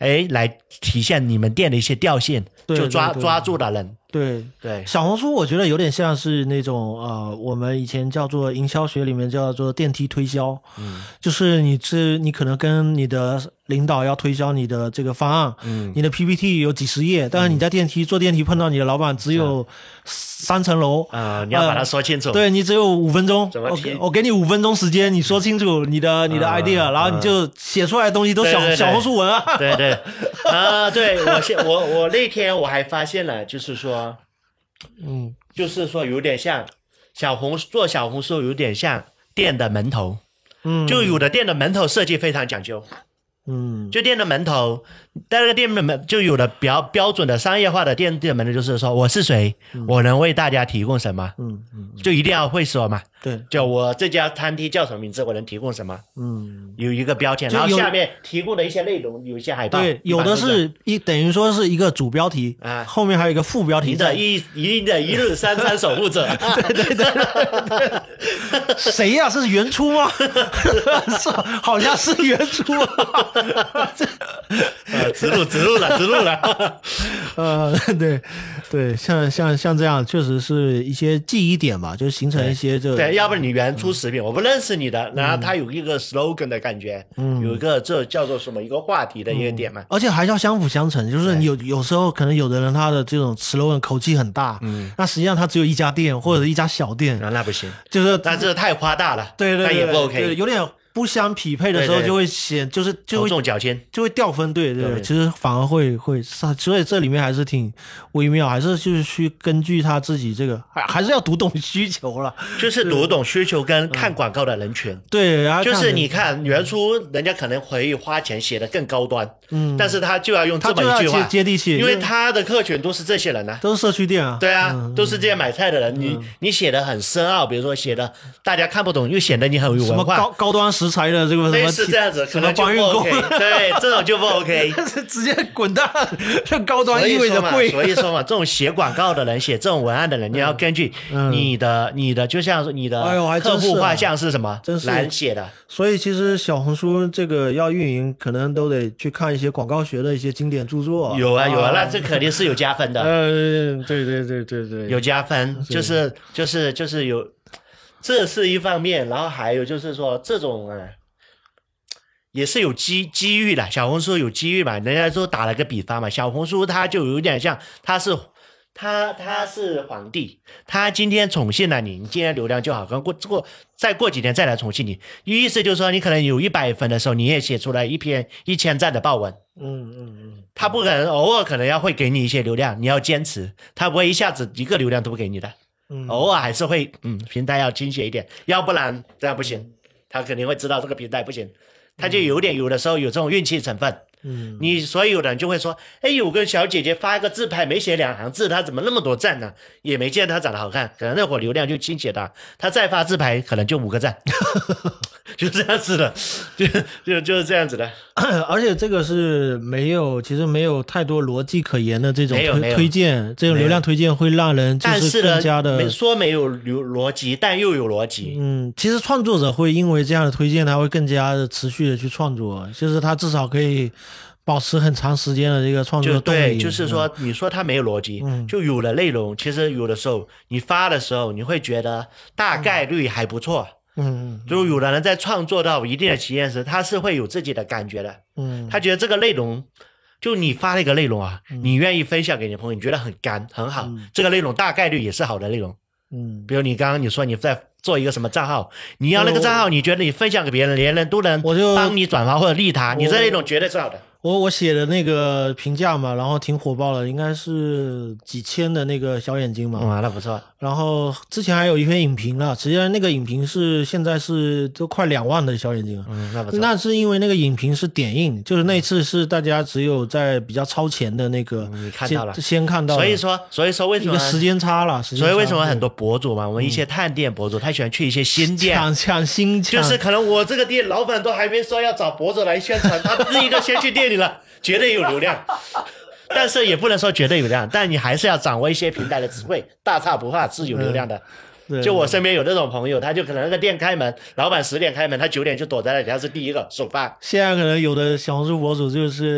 哎来体现你们店的一些调性，就抓对对对抓住了人。 对对， 小红书我觉得有点像是那种呃，我们以前叫做营销学里面叫做电梯推销，嗯，就是你是你可能跟你的领导要推销你的这个方案，嗯，你的 P P T 有几十页，但是你在电梯、嗯、坐电梯碰到你的老板只有三层楼啊、呃，你要把它说清楚，呃、 对你只有五分钟，我我给你五分钟时间，你说清楚你的你的 idea，、嗯、然后你就写出来的东西都小、嗯、小红书文啊， 对对啊，对我我我那天我还发现了，就是说。嗯，就是说有点像小红做小红书，有点像店的门头，嗯，就有的店的门头设计非常讲究，嗯，就店的门头，但那个店的门就有的比较标准的商业化的店店的门头，就是说我是谁、嗯，我能为大家提供什么，嗯嗯，就一定要会说嘛，对，就我这家餐厅叫什么名字，我能提供什么，嗯，有一个标签，然后下面提供的一些内容，有一些海报， 对，有的是一等于说是一个主标题啊，后面还有一个副标题， 你的一一的一日三餐守护者， 对对对对，谁呀、啊？是原初吗？是，好像是原初啊。 呃，植入植入了植入了， 呃，对对，像像像这样，确实是一些记忆点吧，就是形成一些这对，对，要不然你原初食品、嗯、我不认识你的，然后它有一个 slogan 的感觉，嗯，有一个这叫做什么一个话题的一个点嘛，嗯、 而且还要相辅相成，就是你有有时候可能有的人他的这种 slogan 口气很大，嗯，那实际上他只有一家店或者是一家小店， 那、嗯、那不行， 就是那这太夸大了， 对对 对, 对， 那也不 OK， 对，有点。不相匹配的时候就会显，就是就会头重脚轻， 就会掉分，对对对，其实反而会会，所以这里面还是挺微妙，还是就是去根据他自己这个，还还是要读懂需求了， 就是读懂需求跟看广告的人群，嗯、 对，然后就是你看原初人家可能会花钱写的更高端，嗯，但是他就要用这么一句话接地气， 因为他的客群都是这些人啊， 都是社区店啊， 对啊，嗯、都是这些买菜的人，嗯、你你写的很深奥，比如说写的大家看不懂，又显得你很有文化， 什么高高端食材的这个。 类似这样子，可能就不 OK， 对，这种就不 OK， 直接滚蛋，这高端意味着贵。 所以说嘛，这种写广告的人、写这种文案的人，你要根据你的、嗯、你的，就像你的客户画像是什么来写的。 所以其实小红书这个要运营，可能都得去看一些广告学的一些经典著作。 有啊有啊，那这肯定是有加分的。 呃，对对对对对， 有加分，就是就是就是有，这是一方面，然后还有就是说这种啊。也是有机机遇的，小红书有机遇嘛？人家都打了个比方嘛，小红书它就有点像，它是他他是皇帝，他今天宠幸了你，你今天流量就好，跟过过再过几天再来宠幸你，意思就是说你可能有一百分的时候，你也写出来一篇一千赞的报文，嗯嗯嗯，他不可能偶尔可能要会给你一些流量，你要坚持，他不会一下子一个流量都不给你的，嗯，偶尔还是会嗯平台要倾斜一点，要不然这样不行，他肯定会知道这个平台不行。他就有点有的时候有这种运气成分，嗯，你所以有的人就会说，哎，有个小姐姐发一个自拍没写两行字，她怎么那么多赞呢？也没见她长得好看，可能那会儿流量就倾斜她，她再发自拍可能就五个赞，就这样子的，就就就是这样子的。 而且这个是没有，其实没有太多逻辑可言的这种推推荐，这种流量推荐会让人就是更加的， 但是呢，说没有逻辑，但又有逻辑。 嗯，其实创作者会因为这样的推荐，他会更加的持续的去创作，就是他至少可以保持很长时间的这个创作动力。 对，就是说，嗯、你说它没有逻辑，嗯，就有的内容，其实有的时候你发的时候，你会觉得大概率还不错。嗯，就有的人在创作到一定的期限时，他是会有自己的感觉的。嗯，他觉得这个内容，就你发了一个内容啊，嗯、你愿意分享给你的朋友，你觉得很干很好，嗯、这个内容大概率也是好的内容。嗯，比如你刚刚你说你在做一个什么账号，你要那个账号，你觉得你分享给别人，别人都能帮你转发或者利他，你这内容绝对是好的。 我我写的那个评价嘛，然后挺火爆的，应该是几千的那个小眼睛嘛， 哇、嗯，那不错。 然后之前还有一篇影评了，实际上那个影评是现在是都快两万的小眼睛， 嗯，那不错。 那是因为那个影评是点映，就是那次是大家只有在比较超前的那个， 嗯、你看到了， 先看到了。 所以说，所以说为什么一个时间差了？时间差所以为什么很多博主嘛，我们一些探店博主，他喜欢去一些新店， 抢抢新抢， 就是可能我这个店老板都还没说要找博主来宣传，他第一个先去店里了。绝对有流量，但是也不能说绝对有流量，但你还是要掌握一些平台的智慧，大差不差是有流量的。嗯、就我身边有那种朋友，他就可能那个店开门，老板十点开门，他九点就躲在那里，他是第一个首发。 现在可能有的小红书博主就是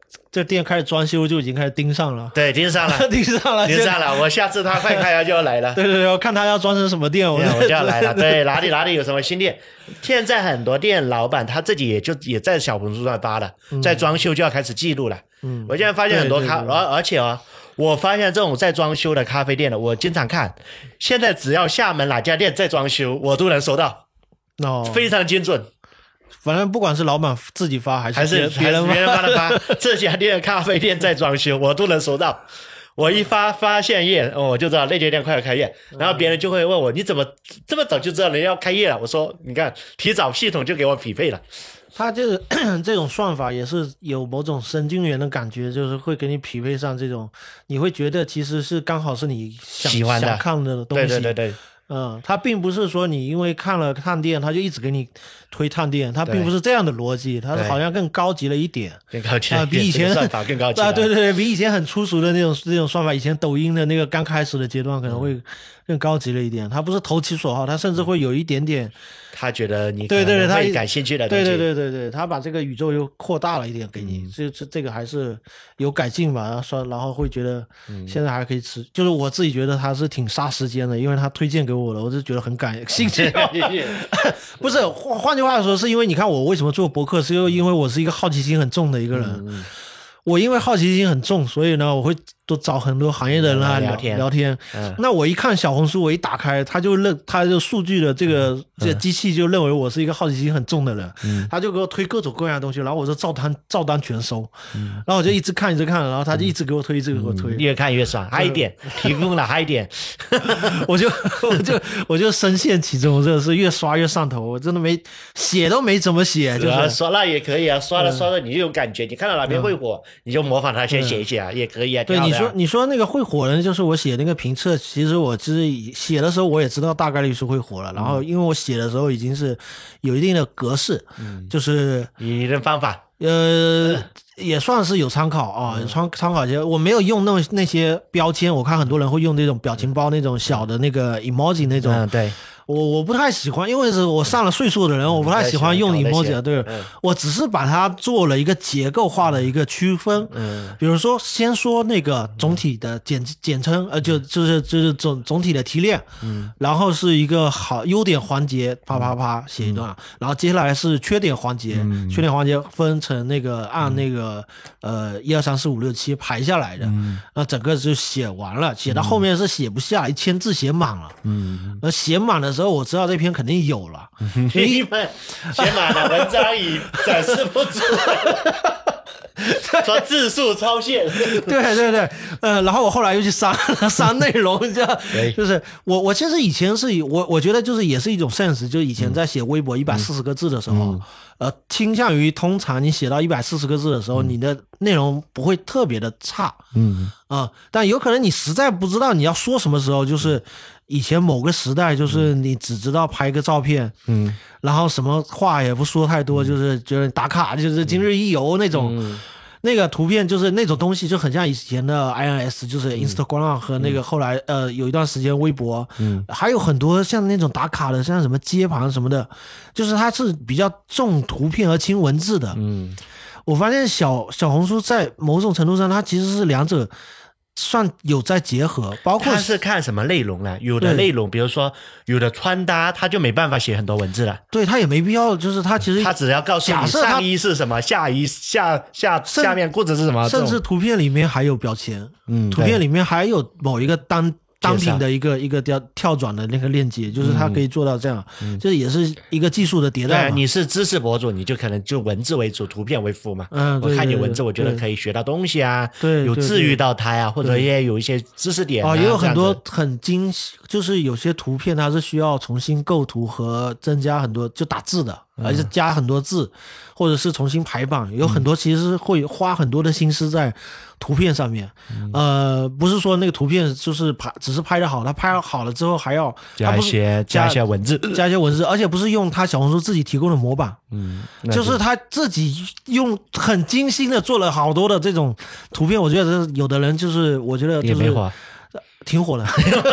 这店开始装修就已经开始盯上了， 对，盯上了， 盯上了， 盯上了。我下次他快开了就要来了。 对对对，我看他要装成什么店，我我就要来了。对，哪里哪里有什么新店？现在很多店老板他自己也就也在小红书上发了，嗯、在装修就要开始记录了。嗯，我现在发现很多咖，而而且哦，我发现这种在装修的咖啡店的，我经常看，现在只要厦门哪家店在装修，我都能收到，哦，非常精准。 反正不管是老板自己发还是还是别人别人发的发，这家店的咖啡店在装修，我都能收到。我一发发现页，哦，我就知道那家店快要开业，然后别人就会问我，你怎么这么早就知道人家要开业了？我说，你看，提早系统就给我匹配了。 他就是这种算法也是有某种神经元的感觉，就是会给你匹配上这种，你会觉得其实是刚好是你想喜欢的想看的东西。 对对对对。 嗯，他并不是说你因为看了探店，他就一直给你推探店，他并不是这样的逻辑，他好像更高级了一点， 更高级了、 呃，比以前算法更高级了啊，对对对，比以前很粗俗的那种那种算法，以前抖音的那个刚开始的阶段可能会更高级了一点，他不是投其所好，他甚至会有一点点， 他觉得你对对对，他感兴趣的东西， 对对对对对，他把这个宇宙又扩大了一点给你，这这、嗯、这个还是有改进吧，然后说然后会觉得现在还可以吃，嗯、就是我自己觉得他是挺杀时间的，因为他推荐给我了，我就觉得很感兴趣。不是，换换句话说，是因为你看我为什么做博客，是因为我是一个好奇心很重的一个人。嗯、我因为好奇心很重，所以呢，我会都找很多行业的人来聊天。聊天。嗯、那我一看小红书，我一打开，他就认，他就数据的这个、嗯、这个机器就认为我是一个好奇心很重的人，嗯、他就给我推各种各样的东西，然后我就照单照单全收，嗯、然后我就一直看一直看，然后他就一直给我推，一直给我推， 嗯、越看越爽，嗨一点，提供了嗨一点， 我就我就我就深陷其中，真的是越刷越上头，我真的没写都没怎么写，就是、 啊、刷那也可以啊，刷了刷了你就有感觉，嗯、你看到哪边会火，嗯、你就模仿他先写一写啊，嗯、也可以啊。 对，你说你说那个会火的，就是我写那个评测，其实我其实写的时候我也知道大概率是会火了，嗯、然后因为我写的时候已经是有一定的格式，嗯、就是你的方法， 呃。嗯也算是有参考啊，有参参考一些。我没有用那那些标签，我看很多人会用那种表情包，那种小的那个 emoji 那种。 嗯，对。 我我不太喜欢，因为是我上了岁数的人，我不太喜欢用 emoji。对，嗯、我只是把它做了一个结构化的一个区分。嗯。比如说，先说那个总体的简简称，呃，就就是就是总总体的提炼。嗯。然后是一个好优点环节，啪啪啪写一段，嗯、然后接下来是缺点环节，嗯、缺点环节分成那个按那个。呃，一二三四五六七排下来的，嗯，那整个就写完了，写到后面是写不下，一千字写满了，嗯，而写满的时候，我知道这篇肯定有了， 你们写满了，文章已展示不出来。说字数超限， 对对对，呃，然后我后来又去删删内容，这样就是我我其实以前是我我觉得就是也是一种 sense， 就以前在写微博一百四十个字的时候，嗯、呃，倾向于通常你写到一百四十个字的时候，嗯、你的内容不会特别的差，嗯啊、呃，但有可能你实在不知道你要说什么时候，就是以前某个时代，就是你只知道拍个照片，嗯，然后什么话也不说太多，嗯、就是觉得打卡，就是今日一游那种。嗯那个图片就是那种东西，就很像以前的 I N S， 就是 Instagram 和那个后来、嗯、呃有一段时间微博，嗯，还有很多像那种打卡的，像什么街盘什么的，就是它是比较重图片而轻文字的。嗯，我发现小小红书在某种程度上，它其实是两者算有在结合，包括他是看什么内容了，有的内容比如说有的穿搭他就没办法写很多文字了， 对，他也没必要，就是他其实他只要告诉你上衣是什么，下衣下下下面裤子是什么， 甚至图片里面还有标签，嗯，图片里面还有某一个单单品的一个一个跳跳转的那个链接，就是它可以做到这样，嗯、这也是一个技术的迭代嘛。 对，你是知识博主，你就可能就文字为主，图片为辅嘛。嗯，我看你文字，我觉得可以学到东西啊， 对， 有治愈到他呀、啊，或者也有一些知识点啊。 哦，也有很多很精细，就是有些图片它是需要重新构图和增加很多就打字的。而且加很多字，或者是重新排版，有很多其实会花很多的心思在图片上面。嗯、呃，不是说那个图片就是拍，只是拍得好，他拍好了之后还要加一些加一些文字， 加一些文字，而且不是用他小红书自己提供的模板，嗯，就是他自己用很精心的做了好多的这种图片。我觉得有的人就是我觉得就是也没火， 挺火的，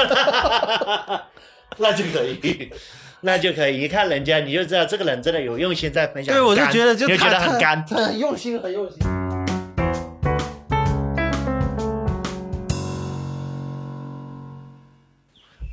那就可以。那就可以一看人家你就知道这个人真的有用心在分享， 对，我就觉得就就觉得很干， 很用心很用心。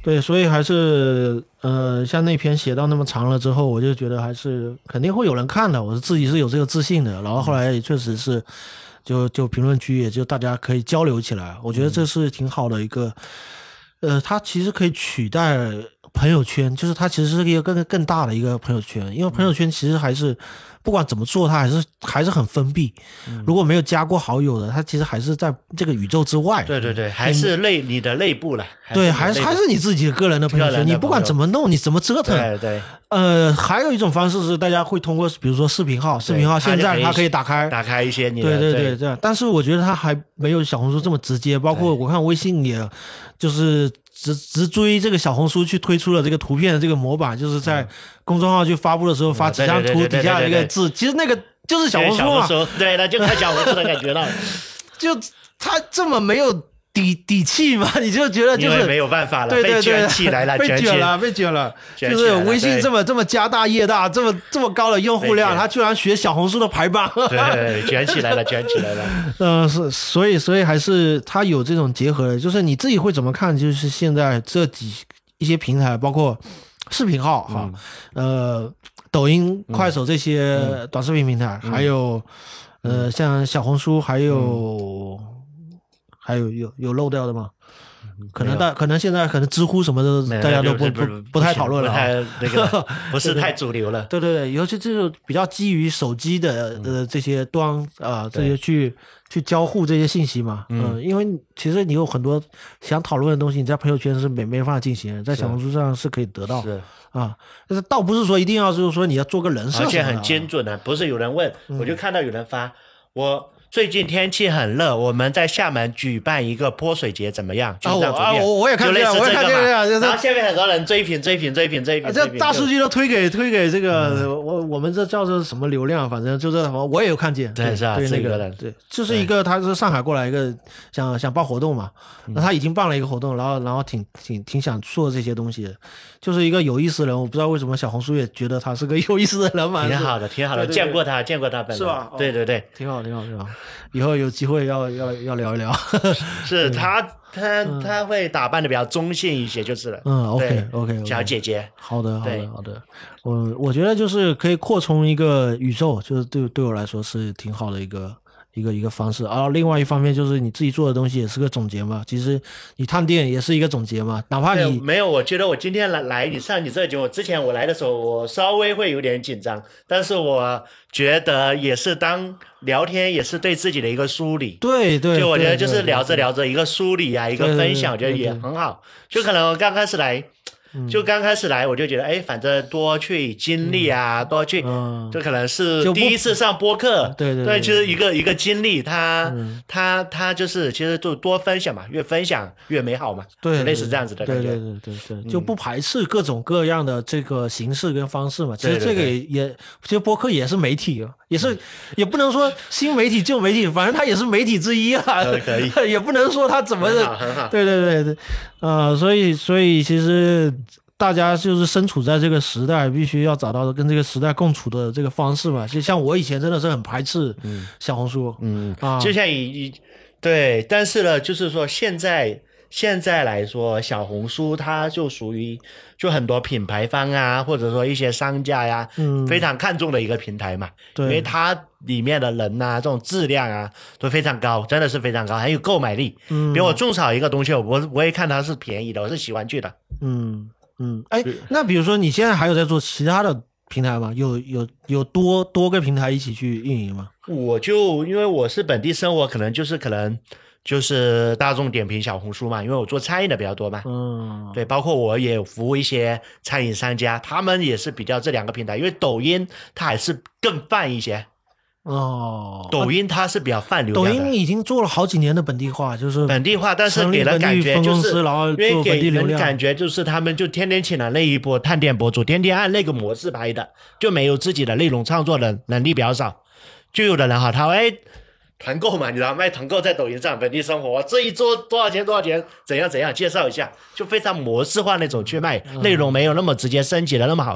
对，所以还是呃，像那篇写到那么长了之后，我就觉得还是肯定会有人看的，我自己是有这个自信的。然后后来也确实是，就就评论区也就大家可以交流起来，我觉得这是挺好的一个，呃，它其实可以取代朋友圈，就是它其实是一个更更大的一个朋友圈，因为朋友圈其实还是。不管怎么做，它还是还是很封闭。如果没有加过好友的，它其实还是在这个宇宙之外。 对对对，还是内你的内部了。 对，还是还是你自己个人的朋友圈。你不管怎么弄，你怎么折腾。 对对。 呃，还有一种方式是，大家会通过比如说视频号，视频号现在它可以打开打开一些你的。 对对对，这样。但是我觉得它还没有小红书这么直接。包括我看微信也，就是直直追这个小红书去推出了这个图片的这个模板，就是在公众号去发布的时候发几张图底下一个字，其实那个就是小红书嘛。 对，那就看小红书的感觉了。 就它这么没有底底气嘛，你就觉得就是因为没有办法了， 对对对， 被卷起来了， 被卷了，被卷了。就是微信这么这么家大业大，这么这么高的用户量，他居然学小红书的排版， 对，卷起来了，卷起来了。 嗯，是，所以所以还是他有这种结合的，就是你自己会怎么看？就是现在这几一些平台，包括视频号哈，嗯、呃，抖音、快手这些短视频平台，嗯、还有。呃，像小红书还有、嗯、还有有有漏掉的吗？可能大可能现在可能知乎什么的大家都不不不太讨论了、啊， 不太那个不是太主流了。 对对对，尤其这种比较基于手机的呃这些端啊、呃、这些去去交互这些信息嘛，嗯、呃，因为其实你有很多想讨论的东西，你在朋友圈是没没法进行，在小红书上是可以得到。是。啊，但是倒不是说一定要就是说你要做个人设， 而且很精准的，不是有人问、嗯、我就看到有人发我最近天气很热，我们在厦门举办一个泼水节，怎么样？就这张图片， 啊、我我也看见，我也看见这样， 然后下面很多人追评、追评、追评、追评， 这大数据都推给推给这个、嗯、我我们这叫做什么流量，反正就是什么，我也有看见， 对是啊， 对那个人对，就是一个他是上海过来一个想想办活动嘛，那他已经办了一个活动，然后然后挺挺挺想做这些东西的，就是一个有意思的人，我不知道为什么小红书也觉得他是个有意思的人嘛， 挺好的，挺好的，对对对，见过他，见过他本人， 是吧？ 对对对， 挺好，挺好，挺好，以后有机会要要要聊一聊。 是他他他会打扮的比较中性一些，就是了。 嗯 ，OK OK， 小姐姐。 好的好的好的，我我觉得就是可以扩充一个宇宙，就是对对我来说是挺好的一个。一个一个方式，然后另外一方面就是你自己做的东西也是个总结嘛。其实你探店也是一个总结嘛，哪怕你没有，我觉得我今天来来你上你这个节目之前，我来的时候我稍微会有点紧张，但是我觉得也是当聊天也是对自己的一个梳理。 对对， 就我觉得就是聊着聊着一个梳理啊，一个分享，我觉得也很好。就可能我刚开始来。就刚开始来我就觉得哎，反正多去经历啊、嗯、多去、嗯、就可能是第一次上播客， 对对对, 对，就是一个一个经历，他、嗯、他他就是其实就多分享嘛，越分享越美好嘛， 对， 类似这样子的感觉， 对对对对对，就不排斥各种各样的这个形式跟方式嘛。其实这个也也其实播客也是媒体，也是、嗯、也不能说新媒体旧媒体，反正它也是媒体之一啊， 可以， 也不能说它怎么很好很好， 对对对对，呃，所以所以其实。大家就是身处在这个时代，必须要找到跟这个时代共处的这个方式嘛。就像我以前真的是很排斥小红书， 嗯啊，就像以对，但是呢，就是说现在现在来说，小红书它就属于就很多品牌方啊，或者说一些商家呀、啊，嗯，非常看重的一个平台嘛。对，因为它里面的人啊，这种质量啊都非常高，真的是非常高，还有购买力。嗯，比如我种草一个东西，我我也看它是便宜的，我是喜欢去的。 嗯。嗯，哎，那比如说你现在还有在做其他的平台吗？有有有多多个平台一起去运营吗？ 我就因为我是本地生活，可能就是可能就是大众点评、小红书嘛，因为我做餐饮的比较多嘛。嗯，对，包括我也服务一些餐饮商家，他们也是比较这两个平台，因为抖音它还是更泛一些。 哦， 抖音它是比较泛流量的。 抖音已经做了好几年的本地化，就是本地化，但是给人感觉就是，因为给人感觉就是他们就天天请了那一波探店博主，天天按那个模式拍的，就没有自己的内容创作的能力比较少。就有的人哈，他哎团购嘛，你知道卖团购在抖音上本地生活，这一桌多少钱多少钱，怎样怎样介绍一下，就非常模式化那种去卖，嗯、内容没有那么直接升级的那么好。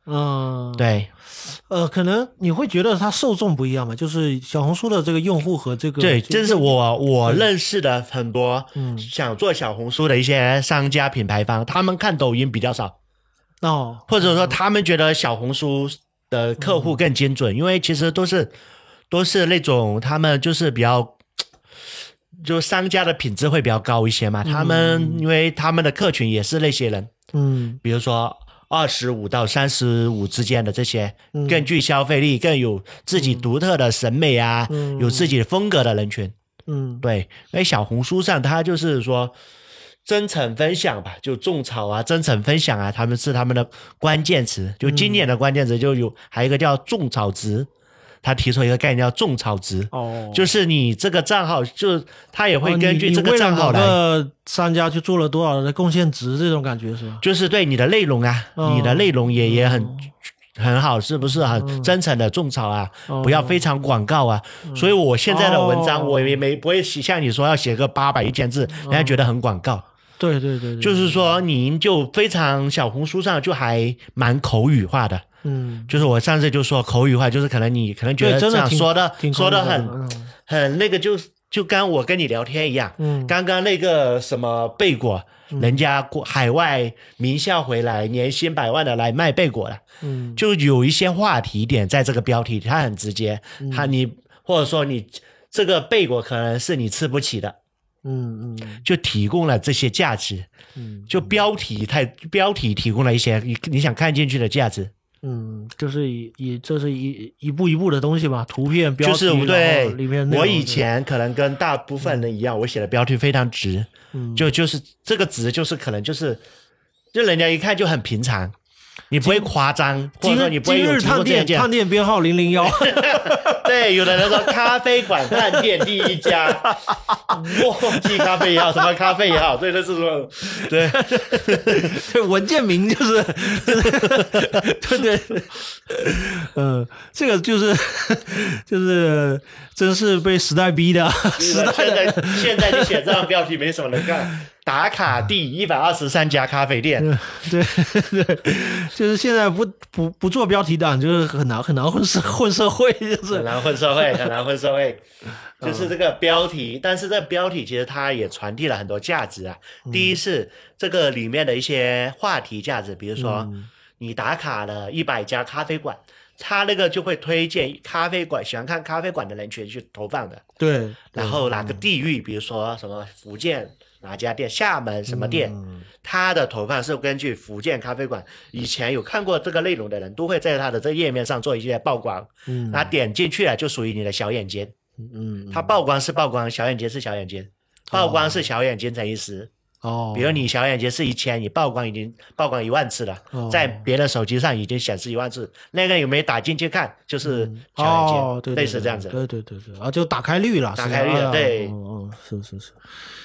嗯，对。 呃，可能你会觉得它受众不一样嘛？就是小红书的这个用户和这个对，这是我我认识的很多想做小红书的一些商家品牌方，他们看抖音比较少哦， 或者说他们觉得小红书的客户更精准，因为其实都是都是那种他们就是比较就商家的品质会比较高一些嘛，他们因为他们的客群也是那些人，嗯，比如说二十五到三十五之间的这些更具消费力、更有自己独特的审美啊、嗯、有自己的风格的人群。嗯，对，因为小红书上它就是说真诚分享吧，就种草啊、真诚分享啊，他们是他们的关键词。就今年的关键词就有还有一个叫种草值，他提出一个概念叫种草值，哦，就是你这个账号，就他也会根据这个账号来， 哦、你商家去做了多少的贡献值，这种感觉是吧？ 就是对你的内容啊，哦、你的内容也也很、哦、很好，是不是很真诚的种草啊？哦、不要非常广告啊。哦、所以我现在的文章，我也没不会像你说要写个八百一千字，人家觉得很广告。 对对 对, 对， 就是说您就非常小红书上就还蛮口语化的。嗯，就是我上次就说口语化，就是可能你可能觉得这样说的说的很、嗯、很那个，就就刚我跟你聊天一样，嗯，刚刚那个什么贝果、嗯、人家海外名校回来年薪百万的来卖贝果了，嗯，就有一些话题点在这个标题，它很直接，嗯、它你或者说你这个贝果可能是你吃不起的。嗯嗯，就提供了这些价值，嗯，就标题太标题提供了一些你想看进去的价值， 嗯，就是以以这是一一步一步的东西吧，图片标题就是对里面我以前可能跟大部分人一样，嗯、我写的标题非常直，嗯，就就是这个直就是可能就是就人家一看就很平常。你不会夸张，或者说你不会有今日探店探店编号零零一。 对，有的人说咖啡馆探店第一家，墨迹咖啡也好，什么咖啡也好，对，这是说，对， 对，文件名就是，对对对，嗯、呃，这个就是就是真是被时代逼的，时代的。现在现在你写这样标题没什么人干。打卡第一百二十三家咖啡店， 对对，就是现在不不不做标题党，就是很难很难混社混社会，就是很难混社会，很难混社会，就是这个标题，但是这个标题其实它也传递了很多价值啊。嗯、第一是这个里面的一些话题价值，比如说、嗯、你打卡了一百家咖啡馆。他那个就会推荐咖啡馆，喜欢看咖啡馆的人群去投放的。 对， 然后哪个地域，比如说什么福建哪家店，厦门什么店，嗯、他的投放是根据福建咖啡馆。以前有看过这个内容的人，都会在他的这个页面上做一些曝光。嗯，他点进去了就属于你的小眼睛。嗯，他曝光是曝光，小眼睛是小眼睛，曝光是小眼睛乘以十。哦，比如你小眼睛是一千，你曝光已经曝光一万次了，哦、在别的手机上已经显示一万次，那个有没有打进去看就是小眼睛，哦、对对对，类似这样子， 对对对对，啊，就打开率了， 打开率了，对， 哦，是是是。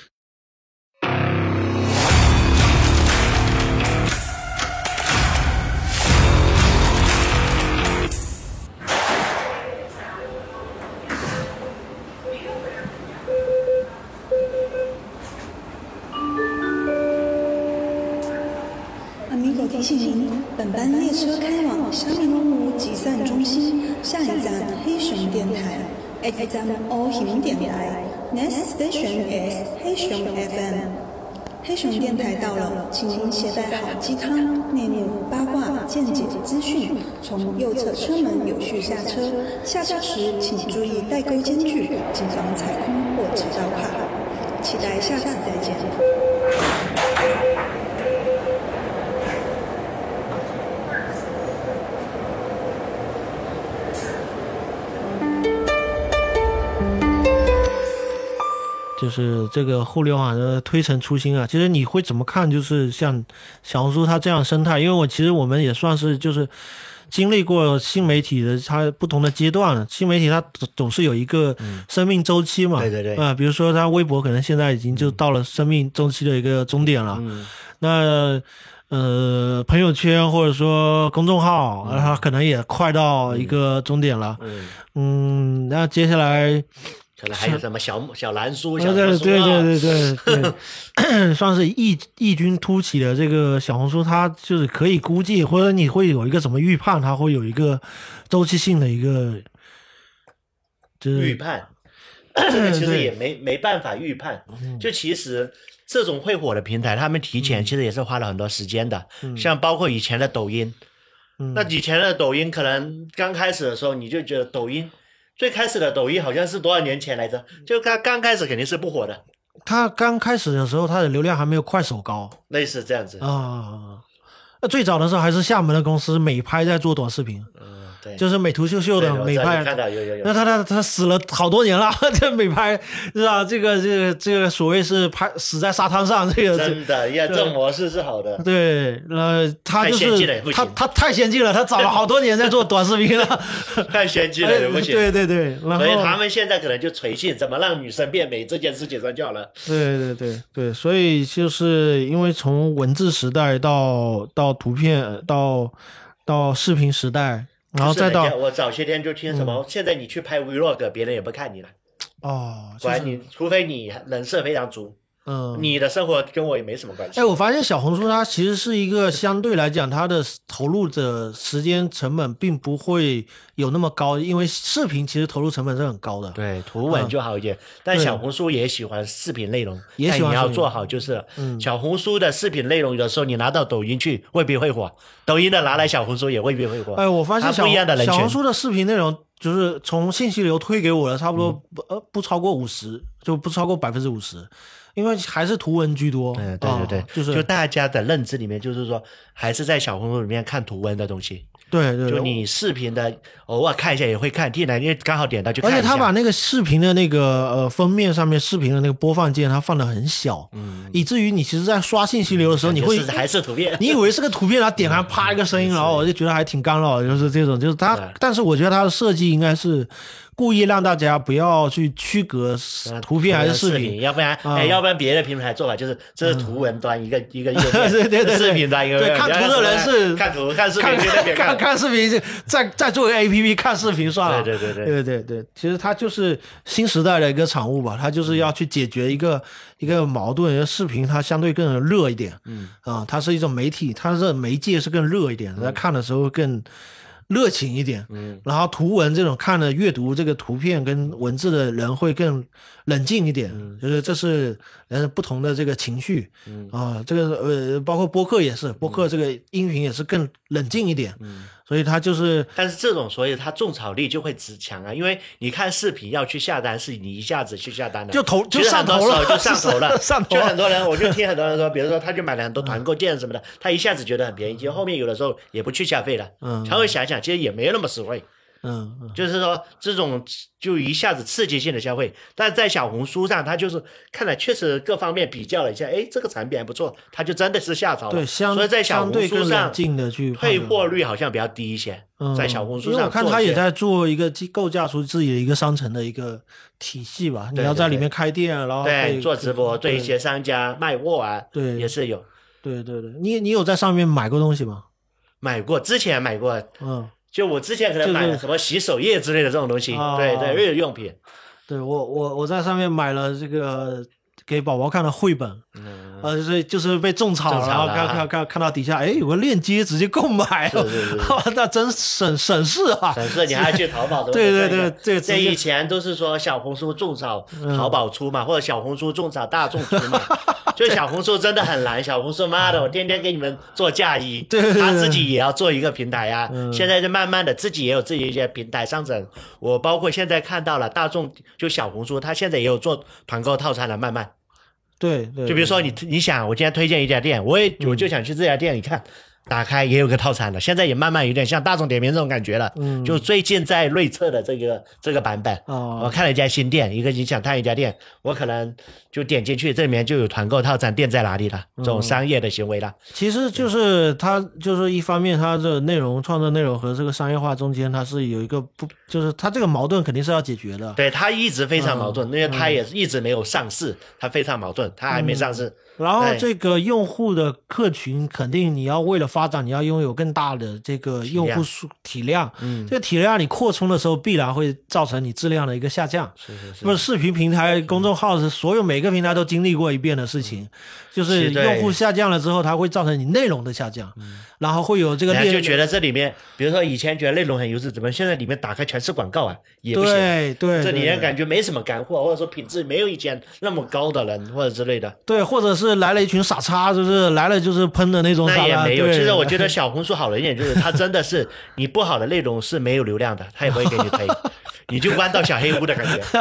提醒您，本班列车开往香米龙湖集散中心，下一站黑熊电台。X 站 O 型电台 ，Next station is 黑熊 F M。黑熊电台到了，请您携带好鸡汤、内幕、八卦、见解资讯，从右侧车门有序下车。下车时请注意带钩间距，谨防踩空或挤到卡。期待下次再见。 就是这个互联网的推陈出新啊，其实你会怎么看？就是像小红书它这样生态，因为我其实我们也算是就是经历过新媒体的它不同的阶段，新媒体它总是有一个生命周期嘛， 嗯、对对对， 啊、呃，比如说它微博可能现在已经就到了生命周期的一个终点了，嗯、那呃朋友圈或者说公众号，它、嗯、可能也快到一个终点了，嗯，嗯那接下来。 可能还有什么小小蓝书、小对书、 对对对对对对，算是异异军突起的这个小红书，它就是可以估计，或者你会有一个什么预判，它会有一个周期性的一个就是预判。这个其实也没没办法预判，就其实这种会火的平台，他们提前其实也是花了很多时间的，嗯、像包括以前的抖音，嗯、那以前的抖音可能刚开始的时候，你就觉得抖音最开始的抖音好像是多少年前来着？就刚刚开始肯定是不火的， 它刚开始的时候，它的流量还没有快手高， 类似这样子啊。那最早的时候还是厦门的公司美拍在做短视频。嗯对， 就是美图秀秀的美拍， 看到有有有。 那他他他死了好多年了，这美拍是吧？这个这个这个所谓是拍死在沙滩上，这个真的，呀，这种模式是好的。 对，呃，他就是他他太先进了，他早了好多年在做短视频了， 太先进了也不行。 对对对，然后所以他们现在可能就垂信怎么让女生变美这件事情上就好了。 对对对对，所以就是因为从文字时代到到图片到到视频时代。然后再到我早些天就听什么，嗯、现在你去拍 vlog， 别人也不看你了。 哦， 果然你，除非你人设非常足，嗯，你的生活跟我也没什么关系。 哎，我发现小红书它其实是一个相对来讲，它的投入的时间成本并不会有那么高，因为视频其实投入成本是很高的。 对，图文就好一点，嗯、但小红书也喜欢视频内容， 也喜欢你要做好就是了。嗯，小红书的视频内容有的时候你拿到抖音去未必会火，抖音的拿来小红书也未必会火。 哎，我发现小不一样的人群， 小红书的视频内容就是从信息流推给我的，差不多不、嗯、呃不超过五十，就不超过百分之五十。因为还是图文居多， 嗯，对对对，哦、 就是就大家的认知里面，就是说还是在小红书里面看图文的东西。 对对， 就你视频的偶尔看一下也会看，进来因为刚好点到就看一下。 而且他把那个视频的那个呃封面上面视频的那个播放键，它放得很小，嗯，以至于你其实在刷信息流的时候，你会还是图片， 你以为是个图片，然后点开啪一个声音，然后我就觉得还挺干扰，就是这种，就是它，但是我觉得它的设计应该是故意让大家不要去区隔图片还是视频， 要不然、嗯哎、要不然别的平台做法就是这是图文端一个、嗯、一个页面， 对对对， 视频端一个， 对，看图的人是看图看视频去那边看， 看看视频再再做个 A P P 看视频算了， 对对对对对对对，其实它就是新时代的一个产物吧，它就是要去解决一个一个矛盾，因为视频它相对更热一点，嗯啊，它是一种媒体，它的媒介是更热一点，在看的时候更热情一点，嗯，然后图文这种看的阅读这个图片跟文字的人会更冷静一点，嗯，就是这是人不同的这个情绪，嗯啊，这个呃包括播客也是，播客这个音频也是更冷静一点，嗯，所以它就是， 但是这种所以它种草力就会只强啊，因为你看视频要去下单，是你一下子去下单的， 就投就上头了， 就上头了， 上头了， 就很多人，我就听很多人说，比如说他就买了很多团购店什么的，他一下子觉得很便宜，结果后面有的时候也不去消费了，嗯，才会想想。其实也没有那么实惠，嗯，嗯就是说这种就一下子刺激性的消费，但在小红书上，它就是看了确实各方面比较了一下，哎，这个产品还不错，它就真的是下槽了。 对，相所以在小红书上退货率好像比较低一些， 嗯、 在小红书上，因为我看他也在做一个构架出自己的一个商城的一个体系吧， 对对对， 你要在里面开店，然后对做直播，对一些商家卖货啊， 对， 也是有。 对对对，你你有在上面买过东西吗？ 买过，之前买过， 嗯， 就我之前可能买了什么洗手液之类的这种东西，就是、对对，日用品。 对我我我在上面买了这个给宝宝看的绘本，嗯，呃，所以就是被种草，然后看看看看到底下，哎，有个链接直接购买了， 是是是那真省省事啊， 省事，你还要去淘宝的， 对对对对， 这以前都是说小红书种草，淘宝出嘛，嗯、或者小红书种草大众出嘛。就小红书真的很难，小红书妈的，我天天给你们做嫁衣， 对对对， 他自己也要做一个平台啊。嗯、现在就慢慢的自己也有自己一些平台上整。我包括现在看到了大众，就小红书，他现在也有做团购套餐了，慢慢。 对 对, 对。 就比如说你你想，我今天推荐一家店，我也我就想去这家店，你看。打开也有个套餐了，现在也慢慢有点像大众点评这种感觉了。嗯，就最近在内测的这个这个版本，哦，我看了一家新店，一个你想看一家店，我可能就点进去，这里面就有团购套餐，店在哪里了，这种商业的行为了。嗯、 其实就是它就是一方面，它的内容创作内容和这个商业化中间，它是有一个不，就是它这个矛盾肯定是要解决的。 对，它一直非常矛盾，嗯、因为它也一直没有上市，它非常矛盾，它还没上市。 嗯、然后这个用户的客群肯定你要为了发展，你要拥有更大的这个用户数体量， 嗯， 这个体量你扩充的时候，必然会造成你质量的一个下降。 是是是。 那么视频平台、公众号是所有每个平台都经历过一遍的事情，就是用户下降了之后，它会造成你内容的下降，嗯、然后会有这个就觉得这里面，比如说以前觉得内容很优质，怎么现在里面打开全是广告啊，也不行。 对对， 这里面感觉没什么干货，或者说品质没有以前那么高的人或者之类的。 对，或者是来了一群傻叉，就是来了就是喷的那种傻叉。 那也没有。其实我觉得小红书好的一点就是，它真的是你不好的内容是没有流量的，它也不会给你推，你就关到小黑屋的感觉。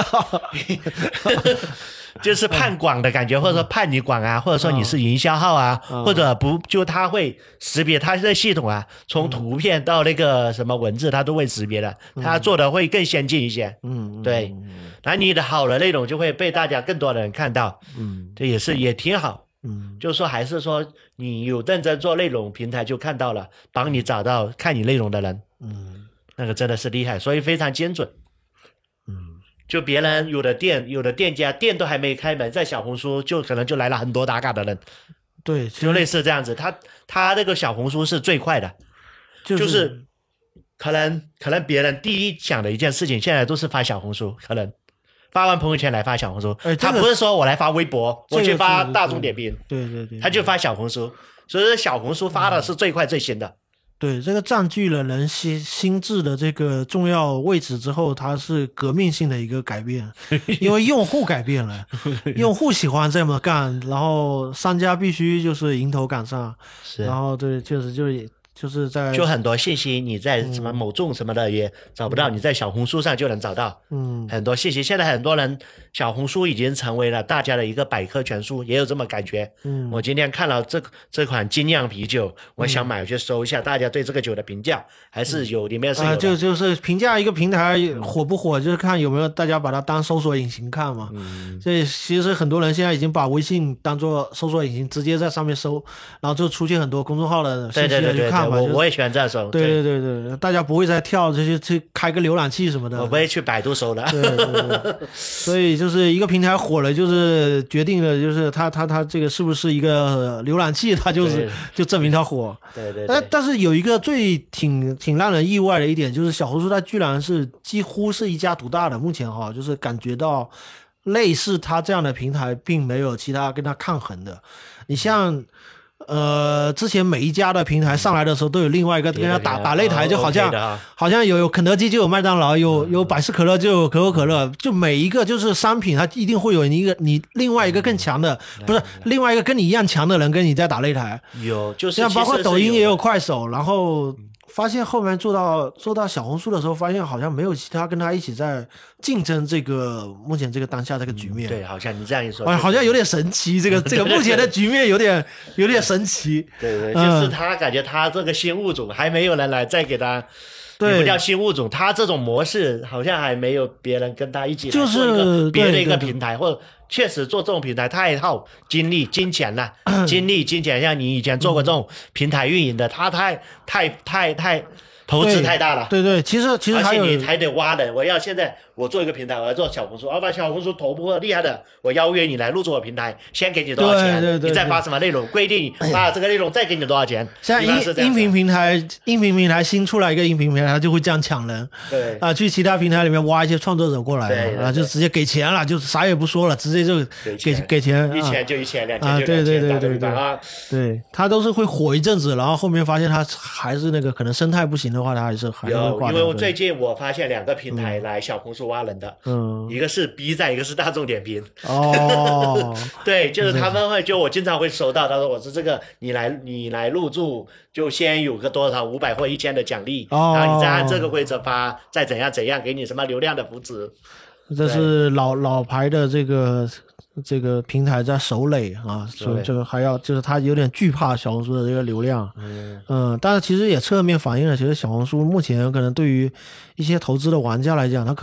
就是判广的感觉，或者说判你广啊，或者说你是营销号啊， 嗯、 或者不就它会识别，它这系统啊，从图片到那个什么文字，它都会识别的，它做的会更先进一些。嗯，对。然后你的好的内容就会被大家更多的人看到。嗯，这也是也挺好。嗯，就是说还是说你有认真做内容，平台就看到了，帮你找到看你内容的人。嗯，那个真的是厉害，所以非常精准。就别人有的店有的店家店都还没开门，在小红书就可能就来了很多打卡的人。 对， 就类似这样子，他他那个小红书是最快的， 就是、 就是可能可能别人第一想的一件事情现在都是发小红书，可能发完朋友圈来发小红书、 哎这个、 他不是说我来发微博、这个、我去发大众点评， 对对 对, 对， 他就发小红书，所以小红书发的是最快最新的。 对，这个占据了人心心智的这个重要位置之后，它是革命性的一个改变，因为用户改变了，用户喜欢这么干，然后商家必须就是迎头赶上， 是， 然后对，确实就是就是在就很多信息你在什么某众什么的也找不到、嗯、你在小红书上就能找到，嗯，很多信息。现在很多人小红书已经成为了大家的一个百科全书，也有这么感觉。嗯，我今天看了这这款精酿啤酒，我想买去搜一下大家对这个酒的评价，还是有里面是有的、 啊、就就是评价一个平台火不火，就是看有没有大家把它当搜索引擎看嘛。嗯，这其实很多人现在已经把微信当做搜索引擎，直接在上面搜，然后就出现很多公众号的信息来去看。 我我也喜欢这样搜， 对对对对，大家不会再跳这些去开个浏览器什么的， 我不会去百度搜的。 对对对，所以就是一个平台火了，就是决定了，就是它它它这个是不是一个浏览器，它就是就证明它火。 对对对。 但但是有一个最挺挺让人意外的一点，就是小红书它居然是几乎是一家独大的，目前哈，就是感觉到类似它这样的平台，并没有其他跟它抗衡的。你像。呃，之前每一家的平台上来的时候，都有另外一个跟他打打擂台，就好像、哦、好像有有肯德基就有麦当劳，有有百事可乐就有可口可乐，就每一个就是商品，它一定会有一个你另外一个更强的，嗯、不是另外一个跟你一样强的人跟你在打擂台。 有，就是像包括抖音也有快手，然后发现后面做到做到小红书的时候，发现好像没有其他跟他一起在竞争这个目前这个当下这个局面。 嗯、对，好像你这样一说， 好像有点神奇，这个这个目前的局面有点有点神奇。 对对，就是他感觉他这个新物种还没有人来再给他。对，不叫新物种，他这种模式好像还没有别人跟他一起来做一个别的一个平台，或者确实做这种平台太耗精力、金钱了，精力、金钱。像你以前做过这种平台运营的，他太太太太投资太大了。 对 对, 对，其实其实还有， 而且你还得挖人。我要现在我做一个平台，我要做小红书，我把小红书头部厉害的，我邀约你来入驻我平台，先给你多少钱， 对对对， 你再发什么内容，规定发这个内容再给你多少钱。 像音音频平台，音频平台新出来一个音频平台，它就会这样抢人。 对啊，去其他平台里面挖一些创作者过来， 对啊，就直接给钱了，就啥也不说了，直接就给给钱， 一千就一千，两千就两千，对对对对对啊， 对，他都是会火一阵子，然后后面发现他还是那个可能生态不行的话，他还是还是会挂。 因为我最近我发现两个平台来小红书挖人的，嗯，一个是 B 站，一个是大众点评。 哦， 对，就是他们会，就我经常会收到，他说我是这个，你来你来入驻，就先有个多少五百或一千的奖励，哦，然后你再按这个规则发，再怎样怎样给你什么流量的扶持。 这是老老牌的这个这个平台在手垒啊，所以这个还要就是他有点惧怕小红书的这个流量，嗯嗯，但是其实也侧面反映了，其实小红书目前可能对于一些投资的玩家来讲，他可能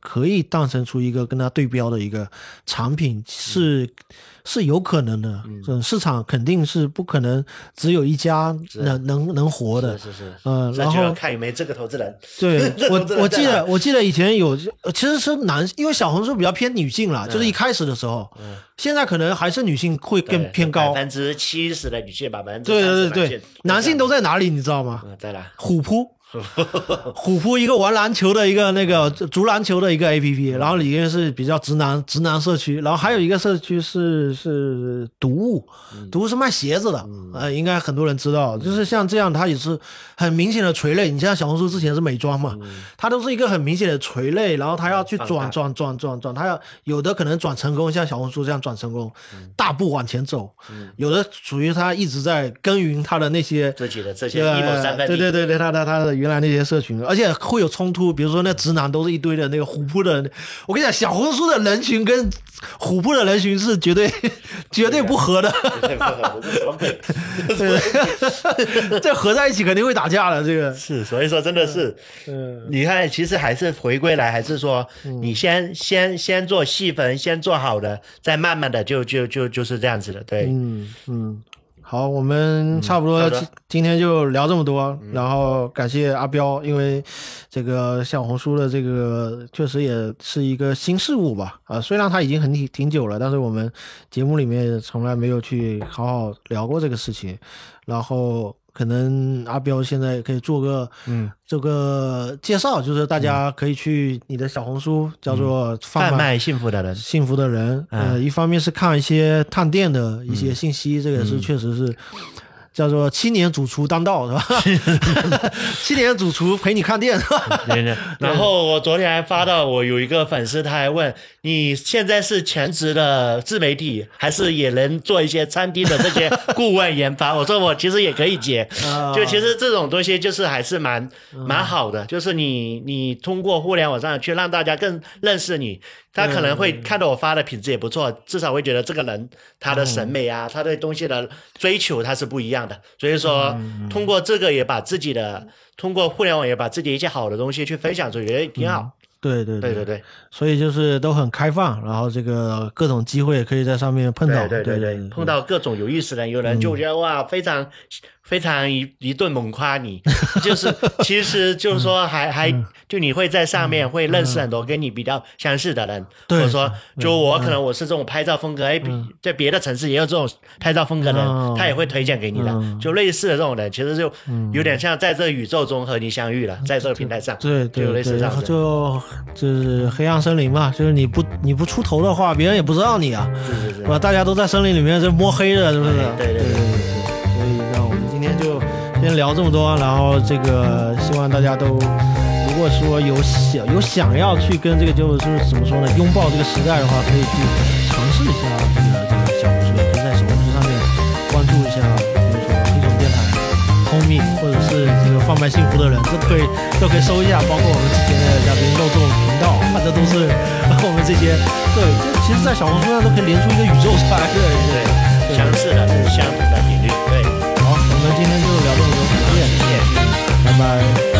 可以诞生出一个跟它对标的一个产品，是、嗯、是有可能的。嗯，市场肯定是不可能只有一家能能能活的。 是是是。 嗯、呃，然后就要看有没有这个投资人。 对，我我记得我记得以前有，其实是男，因为小红书比较偏女性啦，嗯、就是一开始的时候。嗯。现在可能还是女性会更偏高， 百分之七十的女性吧，百分之对对对对，男性都在哪里你知道吗？ 嗯、在哪？ 虎扑。虎扑一个玩篮球的一个那个足篮球的一个 A P P， 然后里面是比较直男直男社区，然后还有一个社区是是读物，读物是卖鞋子的，嗯、呃，应该很多人知道，就是像这样，它也是很明显的垂类。你像小红书之前是美妆嘛，嗯、它都是一个很明显的垂类，然后它要去转转转转转，它要有的可能转成功，像小红书这样转成功，嗯、大步往前走，嗯、有的属于它一直在耕耘它的那些自己的这些一亩三分地， 对对对对，它的它的。原来那些社群，而且会有冲突，比如说那直男都是一堆的那个虎扑的人，我跟你讲，小红书的人群跟虎扑的人群是绝对绝对不合的，这合在一起肯定会打架的。这个是，所以说真的是，嗯，你看，其实还是回归来，还是说你先、嗯、先先做细分，先做好的，再慢慢的就就就就是这样子的，对， 嗯嗯。好，我们差不多、嗯、今天就聊这么多、嗯、然后感谢阿彪，因为这个小红书的这个确实也是一个新事物吧，啊，虽然它已经很挺久了，但是我们节目里面从来没有去好好聊过这个事情，然后可能阿彪现在可以做个嗯这个介绍，就是大家可以去你的小红书、嗯、叫做贩卖幸福的人， 幸福的人，嗯、呃，一方面是看一些探店的一些信息，嗯、这个是确实是。叫做七年主厨当道是吧？七年主厨陪你看店是吧？ 对对。然后我昨天还发到我有一个粉丝，他还问你现在是全职的自媒体，还是也能做一些餐厅的这些顾问研发？我说我其实也可以接，就其实这种东西就是还是蛮蛮好的，就是你你通过互联网上去让大家更认识你。他可能会看到我发的品质也不错，至少会觉得这个人他的审美啊，他对东西的追求他是不一样的。所以说，通过这个也把自己的，通过互联网也把自己一些好的东西去分享出去，觉得挺好。 对对对对对， 所以就是都很开放，然后这个各种机会可以在上面碰到， 对对对对，碰到各种有意思的人，有人就觉得哇，非常非常一一顿猛夸你，就是其实就是说还还就你会在上面会认识很多跟你比较相似的人，或者说就我可能我是这种拍照风格，哎，在别的城市也有这种拍照风格的人，他也会推荐给你的，就类似的这种人，其实就有点像在这个宇宙中和你相遇了，在这个平台上， 对对对， 然后就就是黑暗森林嘛，就是你不你不出头的话，别人也不知道你啊， 是是是， 大家都在森林里面在摸黑的，是不是？ 对对对对对， 所以让我们今天就先聊这么多，然后这个希望大家都，如果说有想有想要去跟这个就是怎么说呢，拥抱这个时代的话，可以去尝试一下这个这个小红书，也可以在小红书上面关注一下，比如说黑熊电台、homie 或者是这个贩卖幸福的人，这都可以都可以搜一下，包括我们之前的嘉宾肉粽频道，反正都是我们这些，对，其实在小红书上都可以连出一个宇宙出来，对对， 相似的相同的频率，对。 好，我们今天就聊这么多，再见， 谢谢， 拜拜。